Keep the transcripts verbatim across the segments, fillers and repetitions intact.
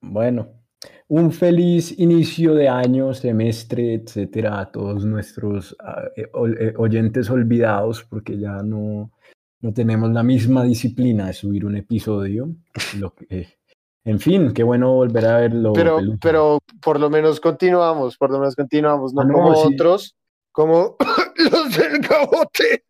Bueno, un feliz inicio de año, semestre, etcétera, a todos nuestros ah, eh, ol- eh, oyentes olvidados, porque ya no, no tenemos la misma disciplina de subir un episodio. Lo que, eh, en fin, qué bueno volver a verlo, Pero, Pelusa. pero por lo menos continuamos, por lo menos continuamos, no Ah, no, como sí. otros, como los del Cabote.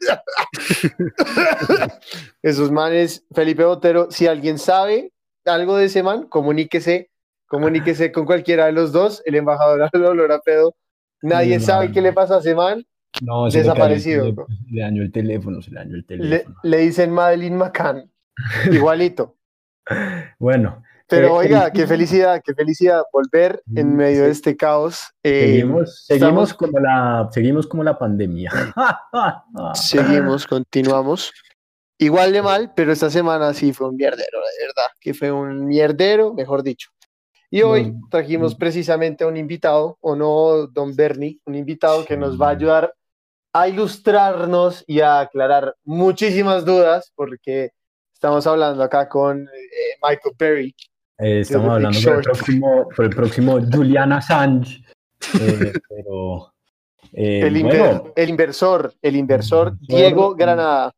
Esos manes, Felipe Botero, si alguien sabe algo de ese man, comuníquese, comuníquese con cualquiera de los dos, el embajador al olor a pedo. Uy, Nadie sabe qué le man. pasa a ese man, No, se le cayó el desaparecido. teléfono, se le dañó el teléfono, se le dañó el Le, teléfono. le dicen Madeline McCann, igualito. Bueno, Pero eh, oiga, qué felicidades. felicidad, qué felicidad volver en Sí, medio de se- este caos. Eh, seguimos, seguimos estamos, como la, seguimos como la pandemia. seguimos, continuamos. Igual de mal, pero esta semana sí fue un mierdero, de verdad, que fue un mierdero, mejor dicho. Y Los, hoy trajimos precisamente a un invitado, o no, don Bernie, un invitado que nos va a sí, ayudar a ilustrarnos y a aclarar muchísimas dudas, porque estamos hablando acá con eh, Michael Perry eh, de The estamos Big hablando por el Short. próximo, por el próximo Julian Assange. eh, pero eh, El, inver- bueno, el inversor, el inversor por- Diego Granada.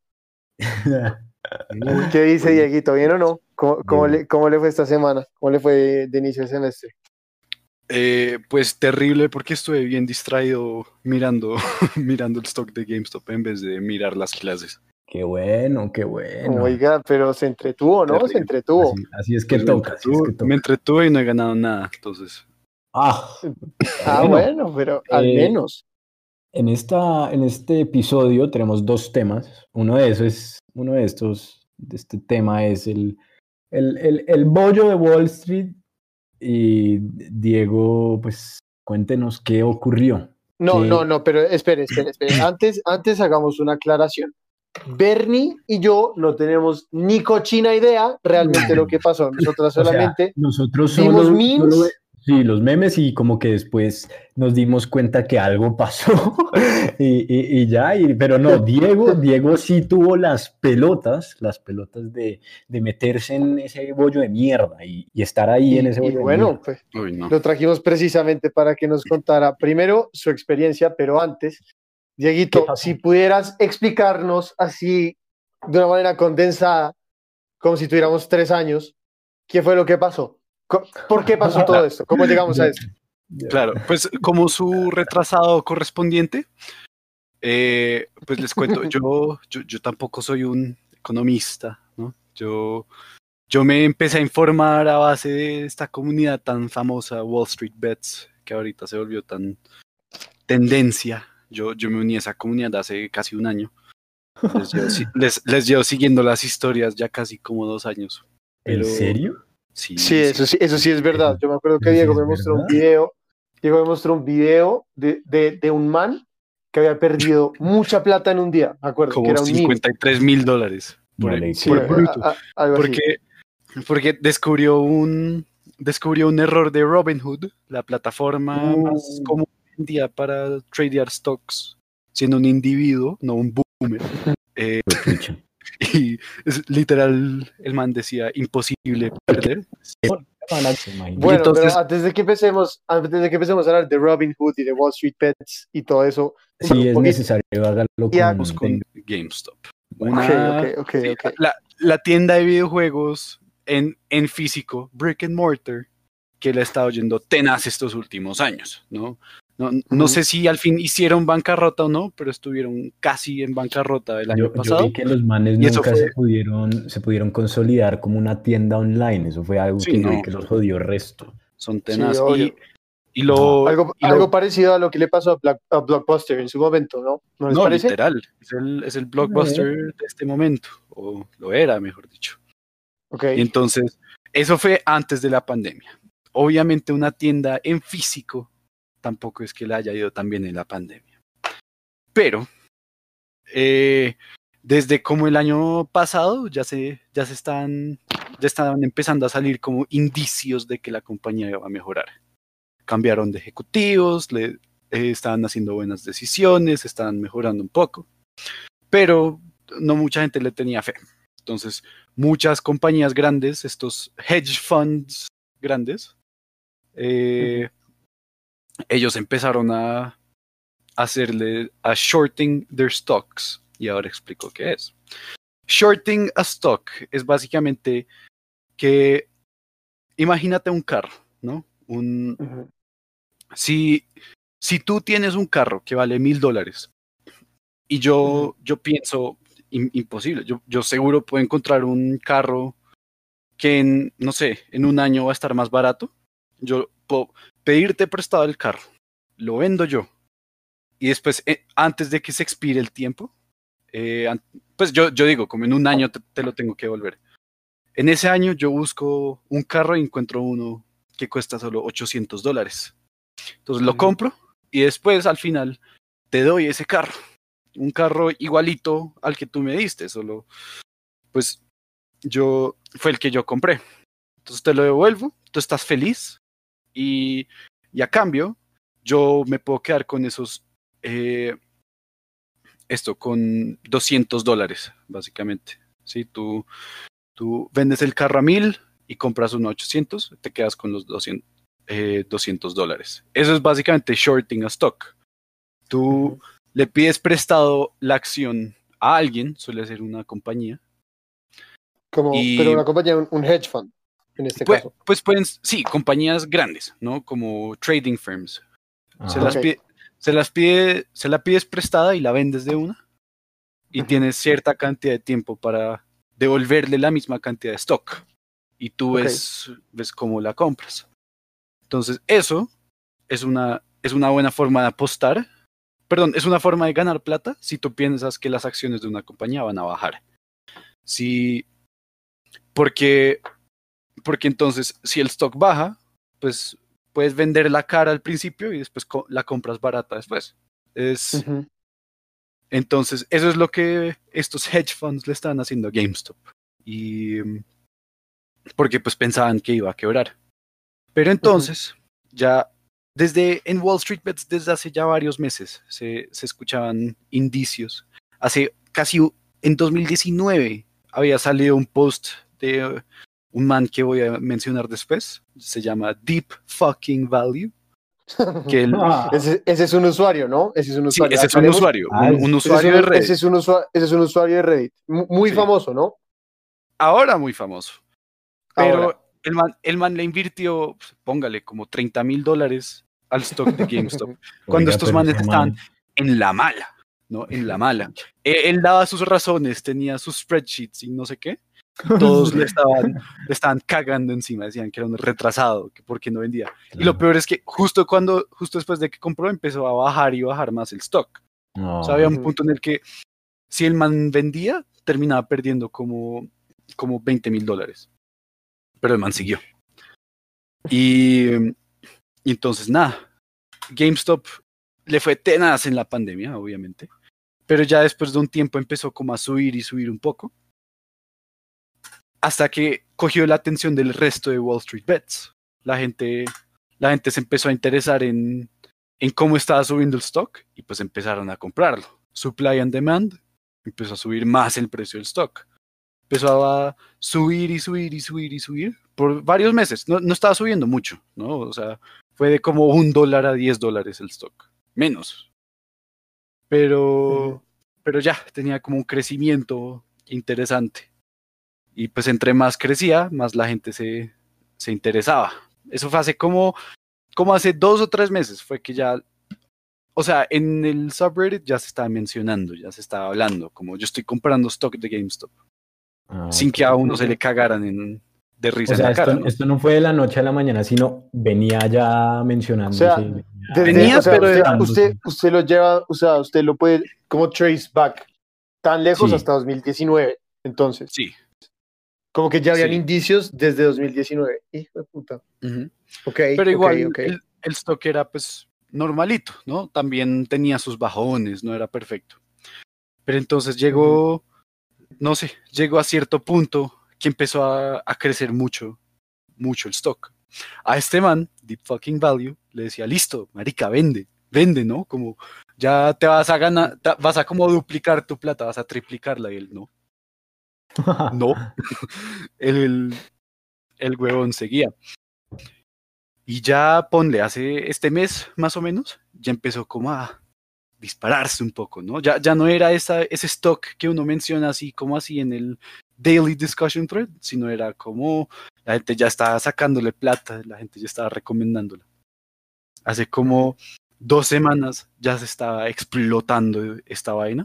Uy, ¿Qué dice Bueno, Dieguito? ¿Bien o no? ¿Cómo, cómo Diego. le, cómo le fue esta semana? ¿Cómo le fue de inicio de semestre? eh, pues terrible porque estuve bien distraído mirando, mirando el stock de GameStop en vez de mirar las clases. Qué bueno, qué bueno. Oiga, pero se entretuvo, ¿no? Se Terrible. entretuvo. Así, así es que Pues me toca, así es que entretuve, me toca. entretuve y no he ganado nada, entonces. Ah, Ah, bueno. bueno, pero al eh, menos. En esta, en este episodio tenemos dos temas. Uno de esos es, uno de estos, de este tema es el, el, el, el bollo de Wall Street. Y Diego, pues cuéntenos qué ocurrió. No, ¿Qué- no, no, pero espere, espere, espere. Antes, antes hagamos una aclaración. Bernie y yo no tenemos ni cochina idea realmente lo que pasó. Nosotras O sea, solamente nosotros vimos solo, solo, memes. sí, los memes y como que después nos dimos cuenta que algo pasó y, y- y ya, y- pero no, Diego, Diego sí tuvo las pelotas, las pelotas de, de meterse en ese bollo de mierda y, y estar ahí en Y, ese y bollo de mierda. bueno, pues Uy, no. lo trajimos precisamente para que nos contara primero su experiencia, pero antes, ¿Qué Dieguito, pasó? si pudieras explicarnos así de una manera condensada, como si tuviéramos tres años, ¿qué fue lo que pasó? Co- ¿Por qué pasó todo esto? ¿Cómo llegamos a esto? Claro, pues como su retrasado correspondiente, eh, pues les cuento, yo, yo, yo tampoco soy un economista, ¿no? Yo, yo me empecé a informar a base de esta comunidad tan famosa, Wall Street Bets, que ahorita se volvió tan tendencia. Yo, yo me uní a esa comunidad hace casi un año. Les llevo, si- les, les llevo siguiendo las historias ya casi como dos años. ¿En Pero serio? sí, Sí, eso sí, eso sí es verdad. Yo me acuerdo que ¿Eso sí Diego es me mostró un verdad? video, Diego me mostró un video de, de, de un man que había perdido mucha plata en un día, me acuerdo, que como era un niño. cincuenta y tres mil dólares por, No le Sí, por creo. bruto. a- a- algo así. Porque, porque descubrió un descubrió un error de Robinhood, la plataforma más Uh, común hoy en día para tradear stocks, siendo un individuo, no un boomer. Eh, fue pucha. y es literal, el man decía, imposible perder. Imagínate. Bueno, entonces- pero antes de que empecemos, antes de que empecemos a hablar de Robin Hood y de Wall Street Bets y todo eso, un Sí, es poquito- necesario hágalo Ya, con, Vamos con GameStop. Bueno, Una, Ok, ok, ok, sí, ok. La, la tienda de videojuegos en, en físico, brick and mortar, que le ha estado yendo tenaz estos últimos años, ¿no? No, no Ujú. sé si al fin hicieron bancarrota o no, pero estuvieron casi en bancarrota el año Yo, yo pasado. vi que los manes Y eso nunca fue- se pudieron, se pudieron consolidar como una tienda online. Eso fue algo Sí, que yo vi no. que los jodió resto. Son Sí, tenaz. y, obvio. y lo, Algo, y lo- algo parecido a lo que le pasó a, Black- a Blockbuster en su momento, ¿no? ¿No les no, parece? literal, es el, es el blockbuster de este momento, o lo era, mejor dicho. Ok. Y entonces, eso fue antes de la pandemia. Obviamente una tienda en físico tampoco es que le haya ido tan bien en la pandemia. Pero, eh, desde como el año pasado ya se, ya se están, ya estaban empezando a salir como indicios de que la compañía iba a mejorar. Cambiaron de ejecutivos, le eh, estaban haciendo buenas decisiones, estaban mejorando un poco, pero no mucha gente le tenía fe. Entonces, muchas compañías grandes, estos hedge funds grandes, eh, uh-huh. ellos empezaron a hacerle a shorting their stocks. Y ahora explico qué es. Shorting a stock es básicamente que, imagínate un carro, ¿no? Un, uh-huh. si, si tú tienes un carro que vale mil dólares y yo, uh-huh. yo pienso, in, imposible, yo, yo seguro puedo encontrar un carro que en, no sé, en un año va a estar más barato, yo puedo pedirte prestado el carro, lo vendo yo y después, eh, antes de que se expire el tiempo, eh, pues yo, yo digo, como en un año te, te lo tengo que devolver. En ese año yo busco un carro y encuentro uno que cuesta solo ochocientos dólares. Entonces lo compro y después al final te doy ese carro. Un carro igualito al que tú me diste, solo pues yo fue el que yo compré. Entonces te lo devuelvo, tú estás feliz y, y a cambio yo me puedo quedar con esos, eh, esto, con doscientos dólares básicamente. ¿Sí? Tú... Tú vendes el carro a mil y compras uno a ochocientos, te quedas con los doscientos, eh, doscientos dólares. Eso es básicamente shorting a stock. Tú uh-huh. le pides prestado la acción a alguien, suele ser una compañía. Como, y, pero una compañía, un, un hedge fund, en este pues, caso. Pues pueden, sí, compañías grandes, ¿no? Como trading firms. Uh-huh. Se, las okay. pide, se las pide, se la pides prestada y la vendes de una. Y uh-huh. tienes cierta cantidad de tiempo para devolverle la misma cantidad de stock y tú okay. ves, ves cómo la compras. Entonces eso es una, es una buena forma de apostar, perdón, es una forma de ganar plata si tú piensas que las acciones de una compañía van a bajar. Si, porque, porque entonces si el stock baja, pues puedes vender la cara al principio y después co- la compras barata después. Es... Uh-huh. Entonces, eso es lo que estos hedge funds le estaban haciendo a GameStop. Y porque pues pensaban que iba a quebrar. Pero entonces, uh-huh. ya desde en Wall Street Bets, desde hace ya varios meses, se, se escuchaban indicios. Hace casi en dos mil diecinueve había salido un post de un man que voy a mencionar después. Se llama Deep Fucking Value. Que el, ese, ese es un usuario, ¿no? Ese es un usuario. Sí, ese es un usuario, ah, un, un usuario ese es un, de Reddit. Ese es, un usuario, ese es un usuario de Reddit. Muy sí. famoso, ¿no? Ahora muy famoso. Pero Ahora. El, man, el man le invirtió, póngale, como treinta mil dólares al stock de GameStop. cuando Oiga, estos manes estaban man. en la mala, ¿no? En la mala. él, él daba sus razones, tenía sus spreadsheets y no sé qué. Todos le estaban, le estaban cagando encima, decían que era un retrasado, que por qué no vendía. Claro. Y lo peor es que justo cuando, justo después de que compró, empezó a bajar y bajar más el stock. Oh. O sea, había un punto en el que si el man vendía, terminaba perdiendo como, como veinte mil dólares. Pero el man siguió. Y, y entonces nada, GameStop le fue tenaz en la pandemia, obviamente. Pero ya después de un tiempo empezó como a subir y subir un poco. Hasta que cogió la atención del resto de Wall Street Bets. La gente, la gente se empezó a interesar en, en cómo estaba subiendo el stock y pues empezaron a comprarlo. Supply and demand, empezó a subir más el precio del stock. Empezó a subir y subir y subir y subir por varios meses. No, no estaba subiendo mucho, ¿no? O sea, fue de como un dólar a diez dólares el stock. Menos. Pero, pero ya, tenía como un crecimiento interesante. Y pues entre más crecía, más la gente se, se interesaba. Eso fue hace como, como hace dos o tres meses. Fue que ya, o sea, en el subreddit ya se estaba mencionando, ya se estaba hablando, como yo estoy comprando stock de GameStop. Ah, sin okay. que a uno se le cagaran en, de risa o sea, en la esto, cara. ¿no? Esto no fue de la noche a la mañana, sino venía ya mencionando. O sea, venía, venía o sea, pero usted, usted, usted lo lleva, o sea, usted lo puede como trace back tan lejos sí. hasta dos mil diecinueve, entonces. Sí. Como que ya habían sí. indicios desde dos mil diecinueve. Hijo de puta. Uh-huh. Okay, pero igual okay, okay. El, el stock era pues normalito, ¿no? También tenía sus bajones, no era perfecto. Pero entonces llegó, uh-huh. no sé, llegó a cierto punto que empezó a, a crecer mucho, mucho el stock. A este man, Deep Fucking Value, le decía, listo, marica, vende, vende, ¿no? Como ya te vas a ganar, te, vas a como duplicar tu plata, vas a triplicarla y él no. No. el, el, el huevón seguía. Y ya ponle, hace este mes más o menos, ya empezó como a dispararse un poco, ¿no? Ya, ya no era esa, ese stock que uno menciona así como así en el Daily Discussion Thread, sino era como la gente ya estaba sacándole plata, la gente ya estaba recomendándola. Hace como dos semanas ya se estaba explotando esta vaina.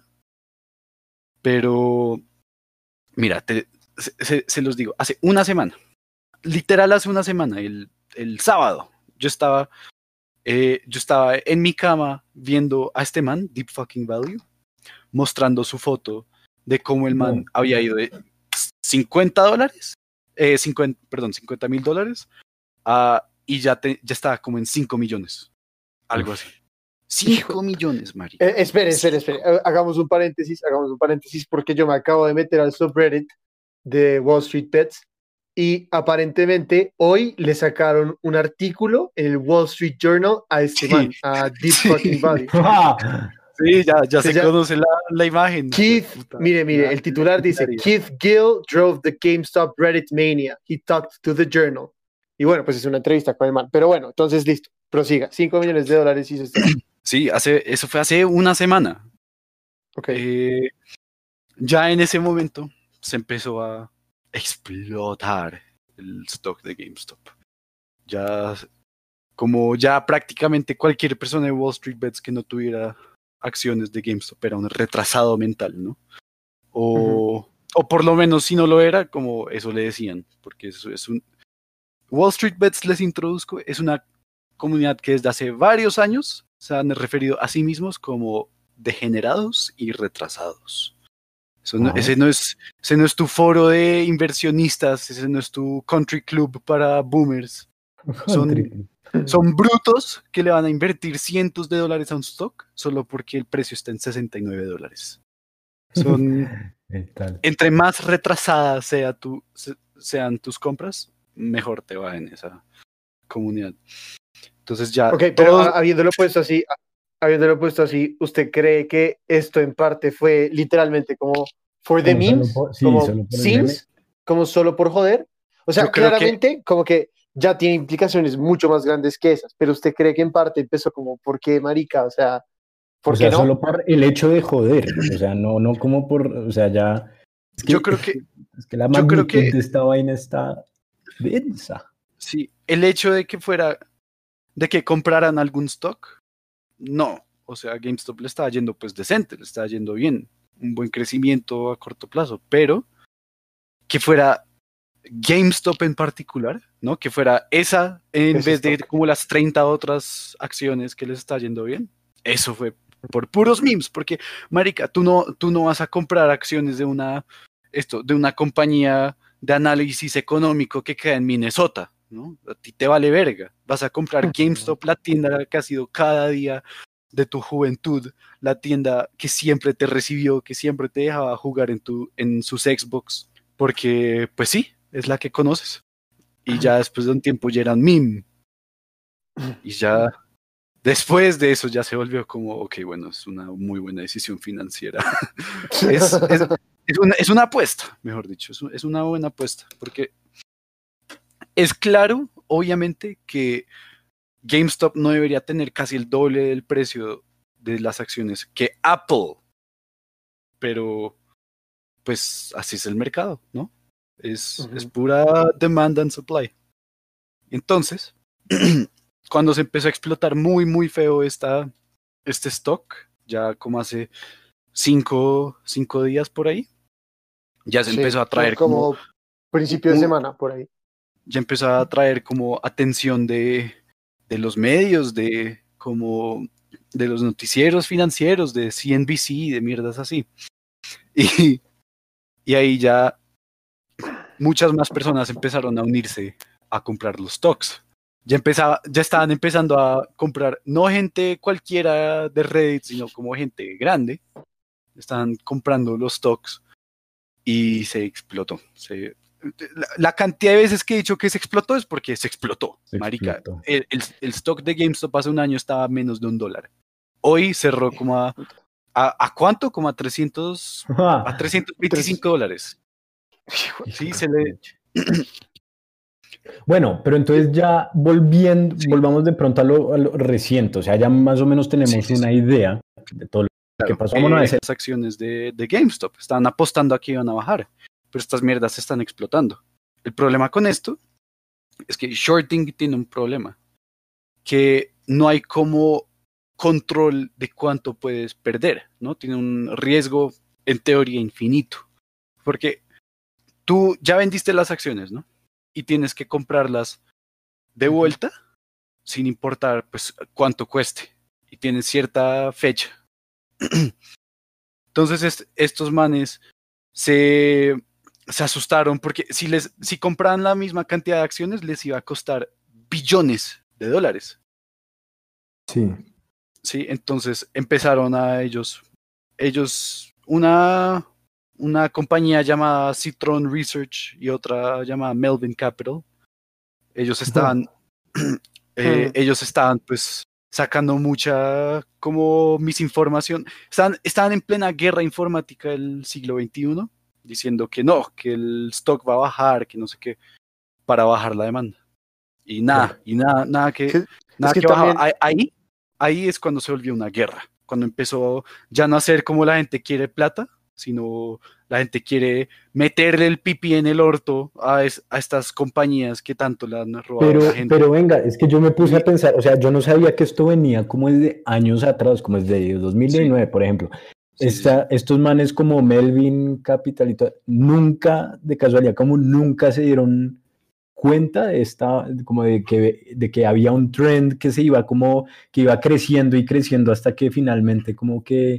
Pero, mira, te, se, se, se los digo, hace una semana, literal hace una semana, el, el sábado, yo estaba, eh, yo estaba en mi cama viendo a este man, Deep Fucking Value, mostrando su foto de cómo el man No. había ido de cincuenta dólares, eh, cincuenta, perdón, cincuenta mil dólares, uh, y ya, te, ya estaba como en cinco millones, algo así. cinco millones, Mari. Eh, espere, espere, espere. Hagamos un paréntesis, hagamos un paréntesis porque yo me acabo de meter al subreddit de Wall Street Bets y aparentemente hoy le sacaron un artículo en el Wall Street Journal a este Sí, man, a Deep sí. Fucking Value. Sí, ya, ya se ya, conoce la, la imagen. Keith, Puta, mire, mire, el titular dice, Keith Gill drove the GameStop Reddit mania. He talked to the Journal. Y bueno, pues es una entrevista con el man. Pero bueno, entonces listo, prosiga. cinco millones de dólares hizo este. Sí, hace, eso fue hace una semana. Okay. Eh, ya en ese momento se empezó a explotar el stock de GameStop. Ya, como ya prácticamente cualquier persona de Wall Street Bets que no tuviera acciones de GameStop era un retrasado mental, ¿no? O, uh-huh. o por lo menos si no lo era, como eso le decían, porque eso es un... Wall Street Bets, les introduzco, es una comunidad que desde hace varios años se han referido a sí mismos como degenerados y retrasados. Eso no, uh-huh. ese, no es, ese no es tu foro de inversionistas, ese no es tu country club para boomers. Son, son brutos que le van a invertir cientos de dólares a un stock solo porque el precio está en sesenta y nueve dólares. Son, entre más retrasadas sea tu, sean tus compras, mejor te va en esa comunidad. Entonces ya... Ok, pero todos... habiéndolo puesto así, habiéndolo puesto así, ¿usted cree que esto en parte fue literalmente como for the memes? Por, sí, como solo por sims, como solo por joder. O sea, claramente que... como que ya tiene implicaciones mucho más grandes que esas, pero ¿usted cree que en parte empezó como, ¿por qué, marica? O sea, ¿por o qué sea, no? Solo por el hecho de joder, o sea, no, no como por, o sea, ya... Es que, yo creo que... Es que la magnitud que, de esta vaina está densa. Sí, el hecho de que fuera, de que compraran algún stock, no. O sea, GameStop le estaba yendo pues decente, le estaba yendo bien, un buen crecimiento a corto plazo, pero que fuera GameStop en particular, ¿no? Que fuera esa en vez de como las treinta otras acciones que les está yendo bien. Eso fue por puros memes, porque marica, tú no, tú no vas a comprar acciones de una, esto, de una compañía de análisis económico que queda en Minnesota, ¿no? A ti te vale verga. Vas a comprar GameStop, la tienda que ha sido cada día de tu juventud, la tienda que siempre te recibió, que siempre te dejaba jugar en, tu, en sus Xbox, porque pues sí, es la que conoces. Y ya después de un tiempo ya eran meme. Y ya después de eso ya se volvió como, ok, bueno, es una muy buena decisión financiera. es, es, es, una, es una apuesta, mejor dicho, es, es una buena apuesta, porque es claro, obviamente, que GameStop no debería tener casi el doble del precio de las acciones que Apple, pero pues así es el mercado, ¿no? Es, uh-huh. es pura demand and supply. Entonces, cuando se empezó a explotar muy, muy feo esta, este stock, ya como hace cinco, cinco días por ahí, ya se sí, empezó a traer como... como principio de semana, por ahí. Ya empezó a traer como atención de, de los medios, de como de los noticieros financieros, de C N B C, de mierdas así. Y, y ahí ya muchas más personas empezaron a unirse a comprar los stocks. Ya, empezaba, ya estaban empezando a comprar, no gente cualquiera de Reddit, sino como gente grande. Estaban comprando los stocks y se explotó. Se, la, la cantidad de veces que he dicho que se explotó es porque se explotó, se marica. Explotó. El, el, el stock de GameStop hace un año estaba a menos de un dólar. Hoy cerró como a... ¿A, a cuánto? Como a trescientos... a trescientos veinticinco dólares. Sí, se le... Bueno, pero entonces ya volviendo, Sí. volvamos de pronto a lo, a lo reciente, o sea, ya más o menos tenemos Sí, sí, una sí. idea de todo lo que Claro, pasó. Vámonos a eh, ese. las acciones de, de GameStop estaban apostando a que iban a bajar, pero estas mierdas se están explotando. El problema con esto es que shorting tiene un problema, que no hay como control de cuánto puedes perder, ¿no? Tiene un riesgo en teoría infinito, porque tú ya vendiste las acciones, ¿no? Y tienes que comprarlas de vuelta sin importar pues cuánto cueste y tienes cierta fecha. Entonces est- estos manes se, se asustaron porque si les si compraban la misma cantidad de acciones les iba a costar billones de dólares. Sí. Sí, entonces empezaron a ellos ellos una una compañía llamada Citron Research y otra llamada Melvin Capital. Ellos estaban eh, ellos estaban pues sacando mucha como misinformación. Estaban, estaban en plena guerra informática del siglo veintiuno, diciendo que no, que el stock va a bajar, que no sé qué, para bajar la demanda. Y nada, Claro. y nada, nada Es que, que, nada es que que bajaba. también, Ahí, ahí es cuando se volvió una guerra, cuando empezó ya no a ser como la gente quiere plata, sino la gente quiere meterle el pipí en el orto a, es, a estas compañías que tanto le han robado Pero, a la gente. pero venga, es que yo me puse Y, a pensar, o sea, yo no sabía que esto venía como desde años atrás, como desde dos mil diecinueve, sí, por ejemplo. sí, sí, sí. Esta, estos manes como Melvin Capital y todo, nunca, de casualidad, como nunca se dieron cuenta de esta, como de que, de que había un trend que se iba como, que iba creciendo y creciendo hasta que finalmente como que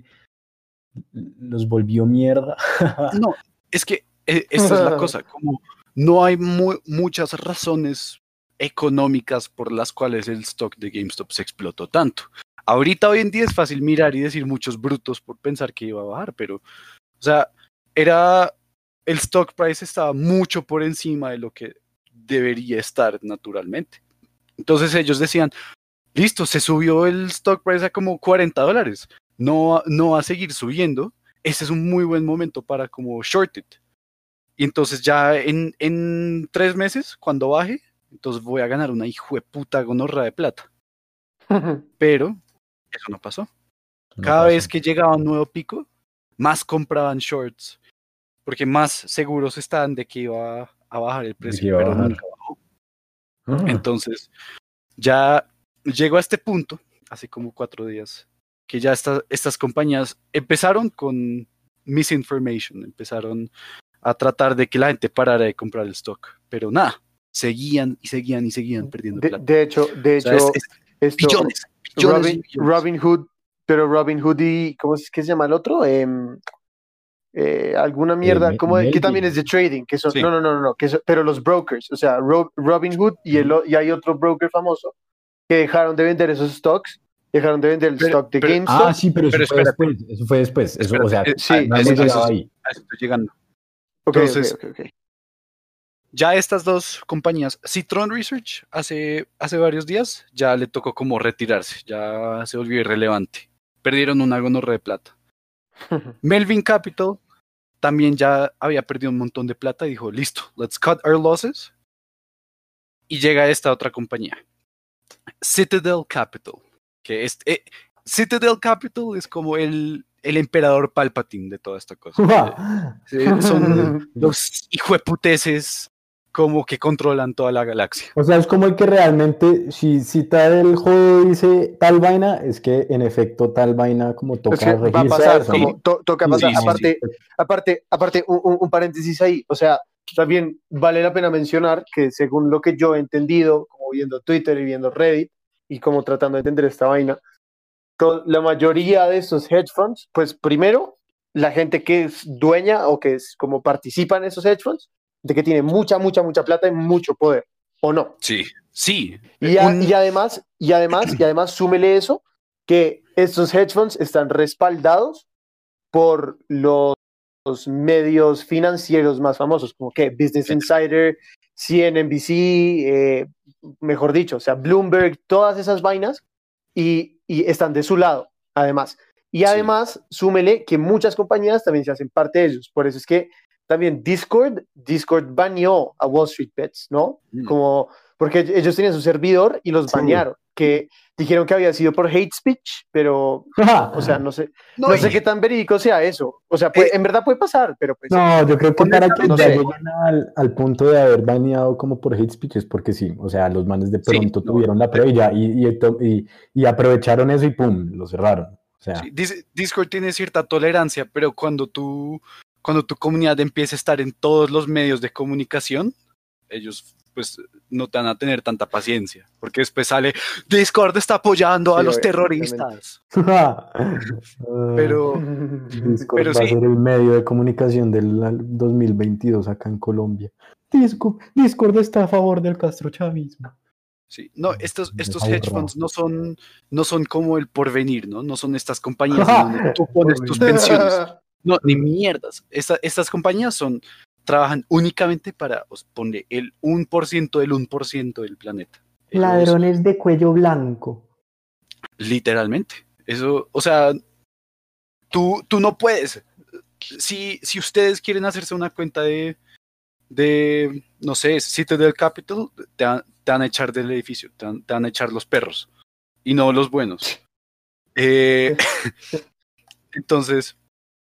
los volvió mierda. No, es que eh, esta es la cosa, como no hay mu- muchas razones económicas por las cuales el stock de GameStop se explotó tanto. Ahorita hoy en día es fácil mirar y decir muchos brutos por pensar que iba a bajar, pero, o sea, era, el stock price estaba mucho por encima de lo que debería estar naturalmente. Entonces ellos decían, listo, se subió el stock price a como cuarenta dólares, no, no va a seguir subiendo. Ese es un muy buen momento para como short it. Y entonces ya en, en tres meses, cuando baje, entonces voy a ganar una hijo de puta gonorra de plata. Pero eso no pasó. No Cada pasó. vez que llegaba un nuevo pico, más compraban shorts, porque más seguros estaban de que iba a bajar el De precio, que iba a pero bajar. nunca bajó. Ah, Entonces ya llegó a este punto, hace como cuatro días, que ya esta- estas compañías empezaron con misinformation, empezaron a tratar de que la gente parara de comprar el stock, pero nada, seguían y seguían y seguían perdiendo de, plata. de hecho, de O sea, es, hecho, es esto, billones, billones y Robin, billones. Robin Hood, pero Robin Hood y, ¿cómo es que se llama el otro? Em, eh, alguna eh, mierda, Me- como de- que también es Melvin. de trading, que son, Sí, no, no, no, no, no, que son- pero los brokers, o sea, Ro- Robin Hood y, el, o- y hay otro broker famoso que dejaron de vender esos stocks, dejaron de vender el pero, stock de pero, Ah, GameStop. sí, pero eso pero fue espérate, después, eso fue después, eso, o espérate, sea, eh, a, Sí, no a hemos eso, a sí, eso, llegado sí. ahí. a eso estoy llegando. Ok, ok, Entonces, ok, ok. ya estas dos compañías, Citron Research, hace, hace varios días ya le tocó como retirarse, ya se volvió irrelevante. Perdieron una gonorrea de plata. Melvin Capital también ya había perdido un montón de plata y dijo, listo, let's cut our losses. Y llega esta otra compañía, Citadel Capital, que es, eh, Citadel Capital es como el, el emperador Palpatine de toda esta cosa. Eh, eh, son los hijueputeces como que controlan toda la galaxia. O sea, es como el que realmente, si cita del juego dice tal vaina, es que en efecto tal vaina como Es toca que va a regirse a pasar, eso, Sí, ¿no? como to- toca Sí, pasar. sí, sí, como- sí. Aparte, aparte, aparte, un, un- un paréntesis ahí. O sea, también vale la pena mencionar que según lo que yo he entendido, como viendo Twitter y viendo Reddit y como tratando de entender esta vaina, to- la mayoría de estos hedge funds, pues primero, la gente que es dueña o que es como participa en esos hedge funds, de que tiene mucha, mucha, mucha plata y mucho poder, ¿o no? Sí, sí. Eh, Y, a- un, y además, y además, y además, súmele eso, que estos hedge funds están respaldados por los, los medios financieros más famosos, como que Business Insider, C N N B C, eh, mejor dicho, o sea, Bloomberg, todas esas vainas, y, y están de su lado, además. Y sí, además, súmele que muchas compañías también se hacen parte de ellos. Por eso es que también Discord, Discord baneó a Wall Street Bets, ¿no? Mm. Como, porque ellos tenían su servidor y los Sí. banearon, que dijeron que había sido por hate speech, pero, o sea, no sé, No, no y- sé qué tan verídico sea eso. O sea, puede- Eh, en verdad puede pasar, pero pues... No, yo creo que para que No ya sé. lleguen al, al punto de haber baneado como por hate speech es porque sí, o sea, los manes de Sí, pronto no, tuvieron la prueba y, ya, y, y, to- y- y aprovecharon eso y pum, lo cerraron. O sea, Sí, Dis- Discord tiene cierta tolerancia, pero cuando tú, cuando tu comunidad empieza a estar en todos los medios de comunicación, ellos pues no te van a tener tanta paciencia, porque después sale Discord está apoyando a Sí, los obvio, terroristas. Pero, Discord pero va a sí, ser el medio de comunicación del dos mil veintidós acá en Colombia. Discord, Discord está a favor del castrochavismo. sí, no, estos, Me estos aburro. hedge funds no son, no son como el porvenir, ¿no? No son estas compañías en donde tú pones tus pensiones. No, ni mierdas. Esta- estas compañías son, trabajan únicamente para, os pone el uno por ciento del uno por ciento del planeta. Ellos- Ladrones de cuello blanco. Literalmente. Eso, o sea, tú, tú no puedes. Si, si ustedes quieren hacerse una cuenta de, de no sé, Citadel Capital, te, van- te van a echar del edificio, te van, te van a echar los perros y no los buenos. Eh, entonces,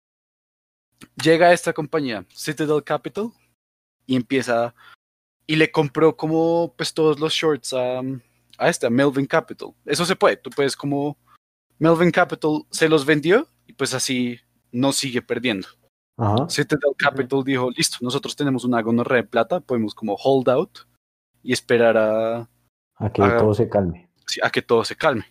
llega esta compañía, Citadel Capital, y empieza, y le compró como pues todos los shorts a, a este, a Melvin Capital. Eso se puede, tú puedes como, Melvin Capital se los vendió y pues así no sigue perdiendo. Ajá. Citadel Capital dijo, listo, nosotros tenemos una gonorrea de plata, podemos como hold out y esperar a, A que Ah. todo se calme. a que todo se calme.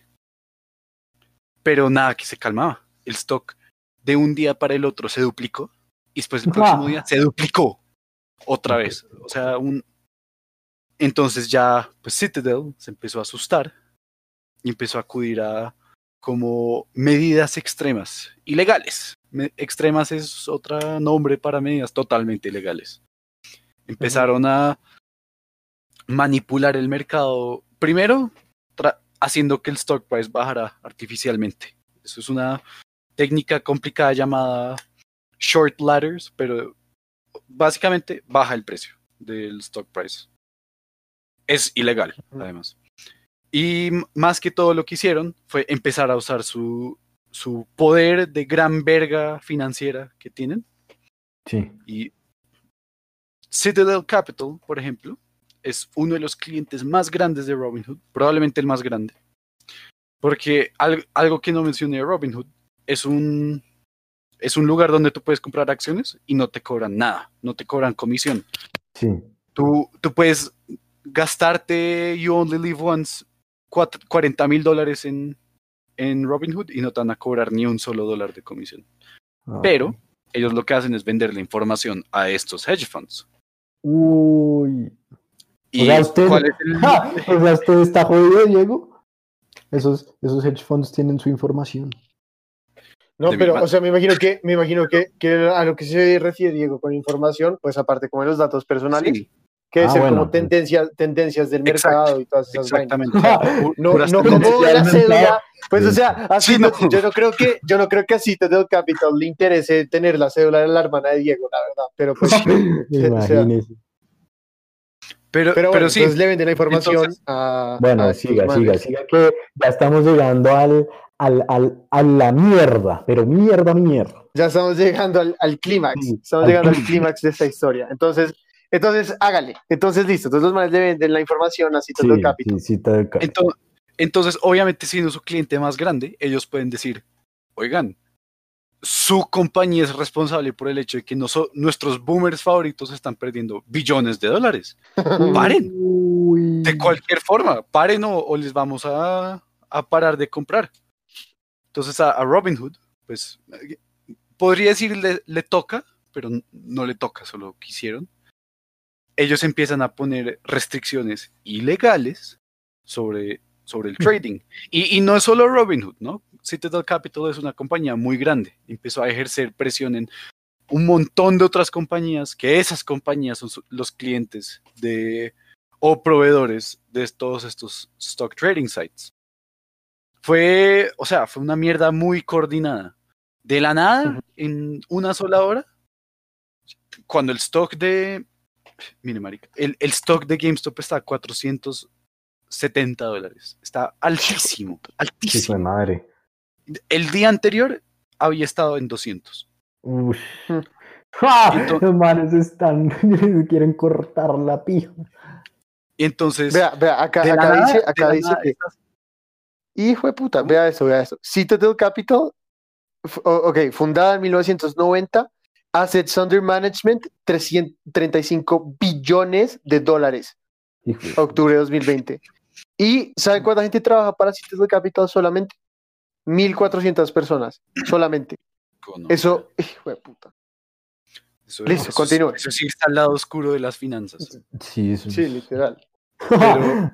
Pero nada que se calmaba. El stock de un día para el otro se duplicó y después el próximo Ah. día se duplicó otra Ok. vez. O sea, un... entonces ya pues Citadel se empezó a asustar y empezó a acudir a como medidas extremas, ilegales. Me- extremas es otro nombre para medidas totalmente ilegales. Empezaron a manipular el mercado, primero tra- haciendo que el stock price bajara artificialmente. Eso es una técnica complicada llamada short ladders, pero básicamente baja el precio del stock price. Es ilegal, además. Y m- más que todo lo que hicieron fue empezar a usar su, su poder de gran verga financiera que tienen. Sí. Y Citadel Capital, por ejemplo, es uno de los clientes más grandes de Robinhood, probablemente el más grande. Porque al- algo que no mencioné de Robinhood es un, es un lugar donde tú puedes comprar acciones y no te cobran nada, no te cobran comisión. Sí. Tú, tú puedes gastarte You Only Live Once cuat- cuarenta mil dólares en, en Robinhood y no te van a cobrar ni un solo dólar de comisión. Ah, Pero ok. ellos lo que hacen es vender la información a estos hedge funds. Uy. ¿Y O sea, usted, cuál es el- ¡Ja! O sea, usted está jodido, Diego. Esos, esos hedge funds tienen su información. No, de mi pero, man- o sea, me imagino que, me imagino que, que a lo que se refiere Diego con información, pues aparte como de los datos personales, Sí, que debe Ah, ser bueno, como pues. tendencias, tendencias del Exacto, mercado y todas esas vainas. exactamente. O sea, Pu- no, puras no tendencias. como la cédula, pues o sea, así Sí, no- no. yo no creo que, yo no creo que a Citadel Capital le interese tener la cédula de la hermana de Diego, la verdad, pero pues, Imagínese. Pero, pero pero, bueno, sí, entonces le venden la información entonces- a, a Bueno, estos siga, siga, manes. siga, que ya estamos llegando al, al, al, a la mierda, pero mierda, mierda. Ya estamos llegando al, al clímax, Sí, estamos al llegando al clímax. clímax de esta historia. Entonces, entonces hágale. Entonces, listo. Entonces los manes le venden la información a Citadel Sí, Capital. sí, sí, te doy cara. ento- entonces, obviamente, siendo su cliente más grande, ellos pueden decir, oigan, su compañía es responsable por el hecho de que noso- nuestros boomers favoritos están perdiendo billones de dólares. Paren, Uy. de cualquier forma, paren o, o les vamos a, a parar de comprar. Entonces a, a Robinhood, pues, eh, podría decir le, le toca, pero n- no le toca, solo quisieron. Ellos empiezan a poner restricciones ilegales sobre, sobre el trading. Y, y no es solo Robinhood, ¿no? Citadel Capital es una compañía muy grande. Empezó a ejercer presión en un montón de otras compañías, que esas compañías son su- los clientes de o proveedores de todos estos stock trading sites. Fue, o sea, fue una mierda muy coordinada. De la nada, Ujú. en una sola hora, cuando el stock de, mire marica, el, el stock de GameStop está a cuatrocientos setenta dólares. Está altísimo, Sí, altísimo. fue madre. El día anterior había estado en doscientos. Uy. Mm. ¡Ah! Entonces- Los manes están, quieren cortar la pija. Y entonces, Vea, vea, acá, de la acá nada- dice, de acá la dice nada que, estas- hijo de puta, ¿Cómo? vea eso, vea eso. Citadel Capital, f- o- ok, fundada en mil novecientos noventa, assets under management, trescientos treinta y cinco billones de dólares, Hijo de- octubre de dos mil veinte. ¿Y saben cuánta gente trabaja para Citadel Capital solamente? mil cuatrocientas personas, solamente. Cono, Eso, hijo de puta. eso, listo, eso- continúe. Eso sí está al lado oscuro de las finanzas. Sí, eso Sí, es- literal. Pero-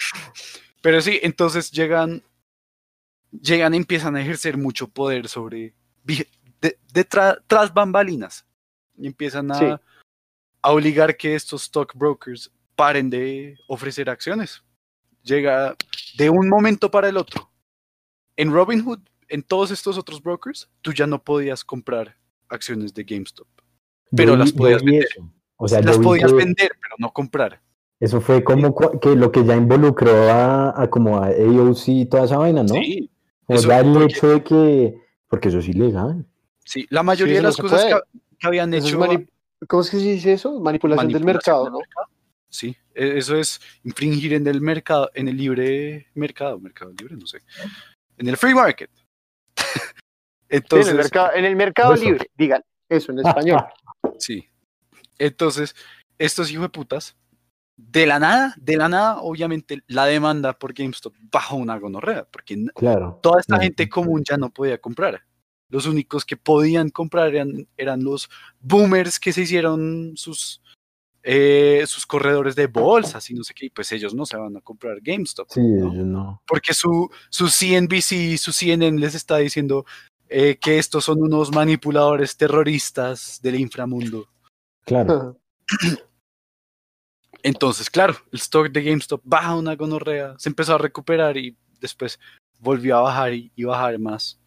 Pero sí, entonces llegan, llegan y empiezan a ejercer mucho poder sobre, vi- de, de tra- tras bambalinas. Y empiezan a, Sí. a obligar que estos stockbrokers paren de ofrecer acciones. Llega de un momento para el otro. En Robinhood, en todos estos otros brokers, tú ya no podías comprar acciones de GameStop. pero Yo las vi- podías yo vi vender. eso. O sea, Las yo vi podías que vender, pero no comprar. eso fue como cua- que lo que ya involucró a, a como a A O C y toda esa vaina, ¿no? Sí, Como eso, ya el porque- hecho de que, porque eso es ilegal. sí, la mayoría Sí, de eso no las se cosas puede. que, que habían Eso es hecho mani- ¿Cómo es que se dice eso? Manipulación, del manipulación mercado, del ¿no? mercado. Sí, e- eso es infringir en el mercado, en el libre mercado, mercado libre, no sé, en el free market. Sí, Entonces, en el mercado, en el mercado Eso. libre, digan, eso en español. sí. Entonces, estos hijos de putas, de la nada, de la nada, obviamente, la demanda por GameStop bajó una gonorrea, porque n- Claro. toda esta Mm. gente común ya no podía comprar. Los únicos que podían comprar eran, eran los boomers que se hicieron sus, eh, sus corredores de bolsas y no sé qué, y pues ellos no se van a comprar GameStop, Sí, ¿no? yo no. Porque su, su C N B C y su C N N les está diciendo eh, que estos son unos manipuladores terroristas del inframundo. Claro. Entonces, claro, el stock de GameStop baja una gonorrea, se empezó a recuperar y después volvió a bajar y, y bajar más.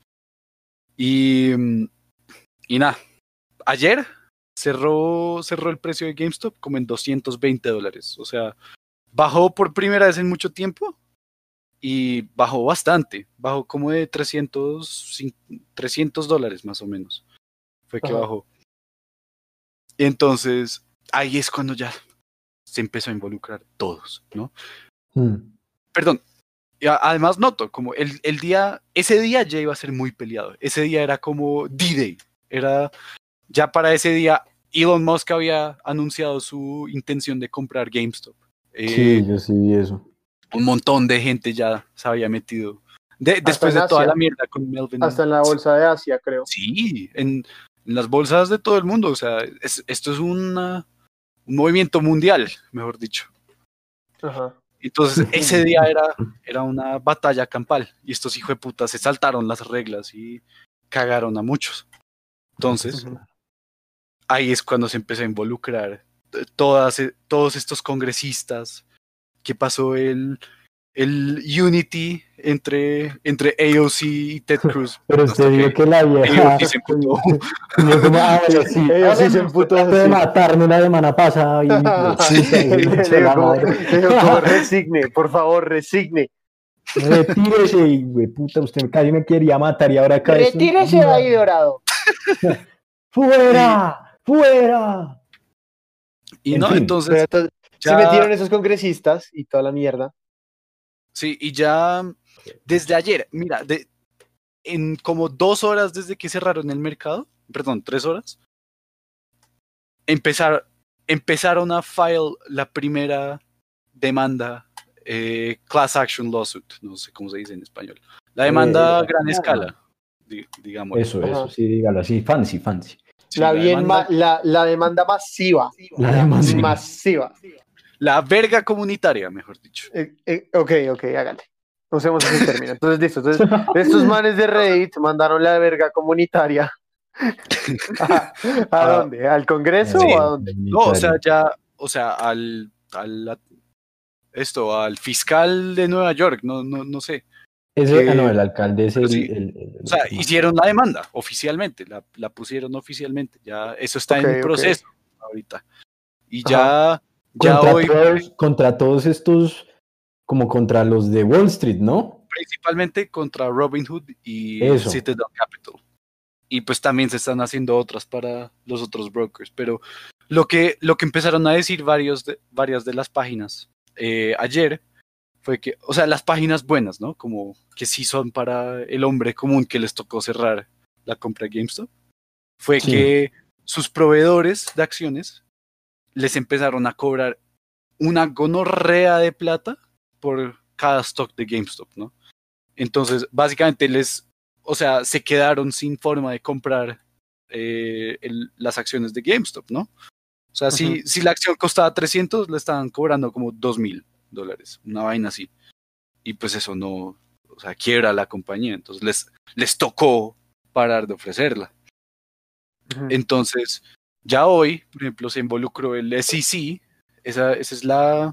Y, mm, y nada, ayer cerró, cerró el precio de GameStop como en doscientos veinte dólares. O sea, bajó por primera vez en mucho tiempo y bajó bastante. Bajó como de trescientos, cin- trescientos dólares más o menos. Fue que Ajá. bajó. Entonces, ahí es cuando ya se empezó a involucrar todos, ¿no? Mm. Perdón. Y a- además noto, como el, el día, ese día ya iba a ser muy peleado. Ese día era como D-Day. Era, ya para ese día, Elon Musk había anunciado su intención de comprar GameStop. Eh, Sí, yo sí vi eso. Un montón de gente ya se había metido. De- después en de toda Asia. la mierda con Melvin. Hasta en la bolsa de Asia, creo. Sí, en, en las bolsas de todo el mundo. O sea, es- esto es una, un movimiento mundial, mejor dicho. Ajá. Entonces, ese día era, era una batalla campal. Y estos hijos de puta se saltaron las reglas y cagaron a muchos. Entonces, Ujú. ahí es cuando se empezó a involucrar t- todas, eh, todos estos congresistas. Que pasó el, el Unity entre, entre A O C y Ted Cruz. Pero Hasta usted vio que la vieja. A O C se emputó. Yo como, ah, bueno, sí. Ellos sí Ah, se bueno, emputó, trató de sí. matarme la semana pasada. Y, Sí, puta, y le me echó digo la como, madre. le digo como, resigne, por favor, resigne. Retírese, güey, puta, usted casi me quería matar y ahora acá es un- Retírese de ahí, Dorado. ¡Fuera! ¡Fuera! Y En no, fin, entonces. Pero entonces, ya- se metieron esos congresistas y toda la mierda. Sí, y ya desde ayer, mira, de, en como dos horas desde que cerraron el mercado, perdón, tres horas, empezar, empezaron a file la primera demanda, eh, class action lawsuit, no sé cómo se dice en español, la demanda a Eh, gran ah. escala, di- digamos. Eso, Ajá. eso, sí, dígalo así, fancy, fancy. Sí, la, la bien demanda- ma- la, la demanda masiva. La demanda- sí. Masiva. La verga comunitaria, mejor dicho. Eh, eh, ok, ok, hágale. Usemos ese término. Entonces, listo. Entonces, estos manes de Reddit mandaron la verga comunitaria. ¿A, a Ah, dónde? ¿Al Congreso sí. o a dónde? No, o sea, ya, o sea, al, al esto, al fiscal de Nueva York, no, no, no sé. Ese, que- ah, no, el alcalde es el, sí. el- el- O sea, el- hicieron la demanda oficialmente, la, la pusieron oficialmente, ya eso está Ok, en ok. proceso. ahorita. Y ya, ya contra hoy, todos, contra todos estos, como contra los de Wall Street, ¿no? principalmente contra Robinhood y Eso. Citadel Capital. Y pues también se están haciendo otras para los otros brokers. Pero lo que, lo que empezaron a decir varios de, varias de las páginas eh, ayer fue que, o sea, las páginas buenas, ¿no? Como que sí son para el hombre común que les tocó cerrar la compra de GameStop, fue Sí. que sus proveedores de acciones les empezaron a cobrar una gonorrea de plata por cada stock de GameStop, ¿no? Entonces, básicamente les, o sea, se quedaron sin forma de comprar eh, el, las acciones de GameStop, ¿no? O sea, uh-huh. si, si la acción costaba trescientos, le estaban cobrando como dos mil dólares, una vaina así. Y pues eso no, o sea, quiebra la compañía. Entonces les, les tocó parar de ofrecerla. Uh-huh. Entonces, ya hoy, por ejemplo, se involucró el S E C, esa, esa es la,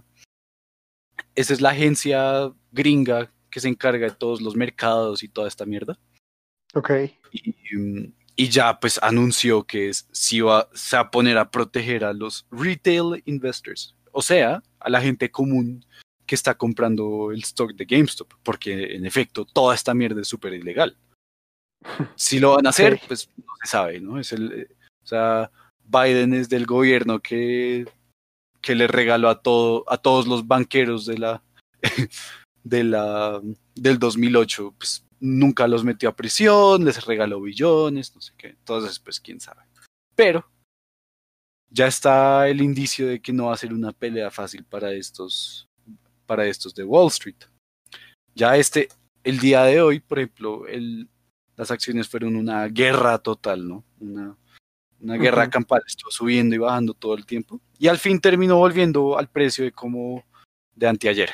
esa es la agencia gringa que se encarga de todos los mercados y toda esta mierda. Ok. Y, y ya pues anunció que es, si va, se va a poner a proteger a los retail investors, o sea, a la gente común que está comprando el stock de GameStop, porque en efecto toda esta mierda es súper ilegal. Si lo van a hacer, okay. Pues no se sabe, ¿no? Es el, o sea, Biden es del gobierno que, que le regaló a todo, a todos los banqueros de la de la del dos mil ocho, pues nunca los metió a prisión, les regaló billones, no sé qué. Entonces, pues quién sabe. Pero ya está el indicio de que no va a ser una pelea fácil para estos para estos de Wall Street. Ya este el día de hoy, por ejemplo, el, las acciones fueron una guerra total, ¿no? Una una guerra uh-huh. campal, estuvo subiendo y bajando todo el tiempo y al fin terminó volviendo al precio de como de anteayer.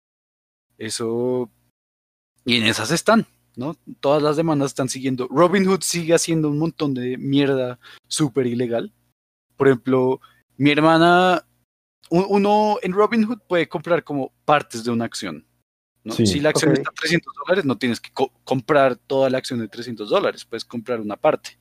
Eso, y en esas están, ¿no? Todas las demandas están siguiendo. Robinhood sigue haciendo un montón de mierda súper ilegal. Por ejemplo, mi hermana, uno en Robinhood puede comprar como partes de una acción, ¿no? Sí, si la acción okay. está a trescientos dólares, no tienes que co- comprar toda la acción de trescientos dólares, puedes comprar una parte.